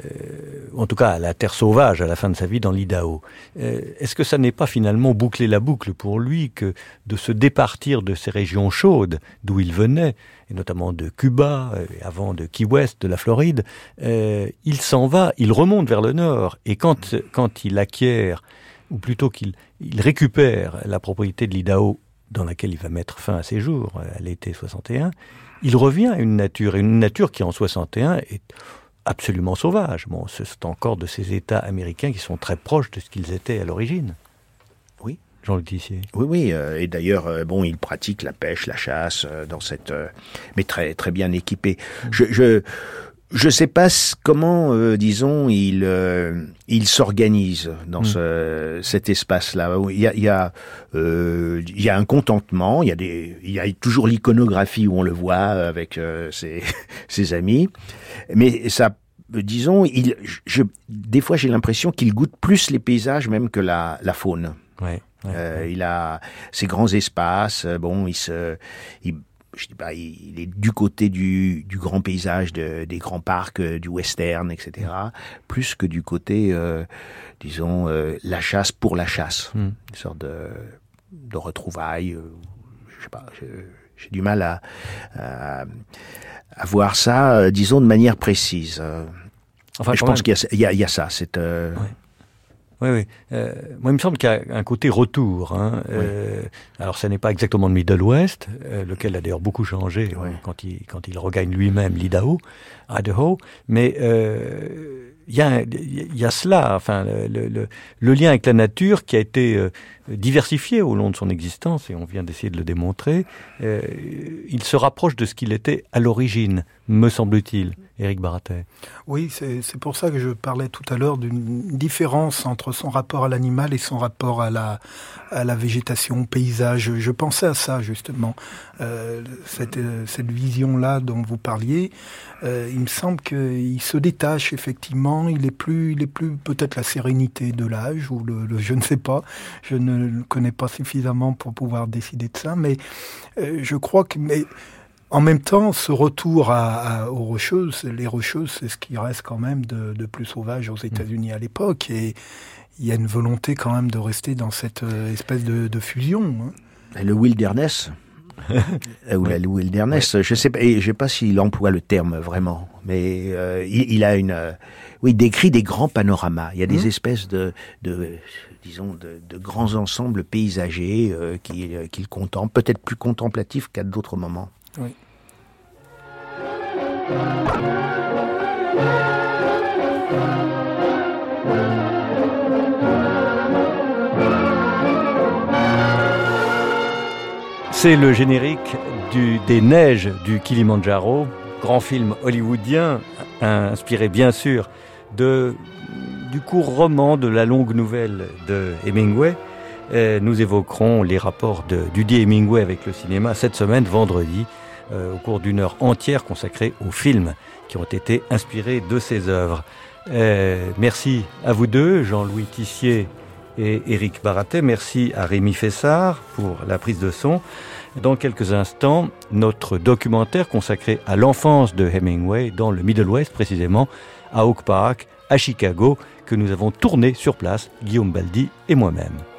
en tout cas à la terre sauvage à la fin de sa vie dans l'Idaho. Euh, est-ce que ça n'est pas finalement boucler la boucle pour lui que de se départir de ces régions chaudes d'où il venait, et notamment de Cuba, et avant de Key West, de la Floride, euh, il s'en va, il remonte vers le nord, et quand, quand il acquiert, ou plutôt qu'il il récupère la propriété de l'Idaho dans laquelle il va mettre fin à ses jours, à l'été soixante et un, il revient à une nature, et une nature qui en soixante et un est absolument sauvage. Bon, ce sont encore de ces États américains qui sont très proches de ce qu'ils étaient à l'origine. Oui. Jean-Luc Tissier. Oui, oui, euh, et d'ailleurs, euh, bon, il pratique la pêche, la chasse, euh, dans cette, euh, mais très, très bien équipé. Mmh. Je, je, je sais pas comment, euh, disons, il, euh, il s'organise dans mmh. ce, cet espace-là. Il y a, il y a, euh, il y a un contentement. Il y a des, il y a toujours l'iconographie où on le voit avec euh, ses, ses amis, mais ça. Disons, il, je, des fois, j'ai l'impression qu'il goûte plus les paysages même que la, la faune. Ouais, ouais, euh, ouais. Il a ces grands espaces. Bon, il se, il, je dis pas, il est du côté du, du grand paysage, de, des grands parcs, euh, du western, et cetera. Plus que du côté, euh, disons, euh, la chasse pour la chasse, mm. une sorte de, de retrouvailles. Euh, je sais pas. Je, j'ai du mal à, à, à voir ça, euh, disons, de manière précise. Euh, enfin, je pense même... qu'il y a, il y a, il y a ça. C'est, euh... oui, oui. oui. Euh, moi, il me semble qu'il y a un côté retour. Hein. Oui. Euh, alors, ça n'est pas exactement le Middle West, euh, lequel a d'ailleurs beaucoup changé oui. hein, quand, il, quand il regagne lui-même l'Idaho, Idaho. Mais euh, il y a, il y a cela, enfin, le, le, le lien avec la nature qui a été euh, diversifié au long de son existence, et on vient d'essayer de le démontrer. Euh, il se rapproche de ce qu'il était à l'origine, me semble-t-il. Éric Baratet. Oui, c'est, c'est pour ça que je parlais tout à l'heure d'une différence entre son rapport à l'animal et son rapport à la, à la végétation, au paysage. Je pensais à ça, justement. Euh, cette, cette vision-là dont vous parliez, euh, il me semble qu'il se détache, effectivement. Il est plus, il est plus peut-être la sérénité de l'âge, ou le, le je ne sais pas. Je ne le connais pas suffisamment pour pouvoir décider de ça, mais euh, je crois que... Mais, en même temps, ce retour à, à, aux Rocheuses, les Rocheuses, c'est ce qui reste quand même de, de plus sauvage aux États-Unis à l'époque. Et il y a une volonté quand même de rester dans cette euh, espèce de, de fusion. Hein. Le wilderness, ou la wilderness, ouais. je sais pas, et je sais pas s'il emploie le terme vraiment, mais euh, il, il a une, euh, oui, il décrit des grands panoramas. Il y a des mmh. espèces de, de, disons, de, de grands ensembles paysagers euh, qu'il, euh, qu'il contemple, peut-être plus contemplatifs qu'à d'autres moments. Oui. C'est le générique du, des neiges du Kilimandjaro, grand film hollywoodien, inspiré bien sûr de, du court roman de la longue nouvelle de Hemingway. Et nous évoquerons les rapports de Duddy Hemingway avec le cinéma cette semaine, vendredi, euh, au cours d'une heure entière consacrée aux films qui ont été inspirés de ses œuvres. Euh, merci à vous deux, Jean-Louis Tissier et Éric Baratet. Merci à Rémi Fessard pour la prise de son. Dans quelques instants, notre documentaire consacré à l'enfance de Hemingway dans le Middle West, précisément à Oak Park, à Chicago, que nous avons tourné sur place, Guillaume Baldi et moi-même.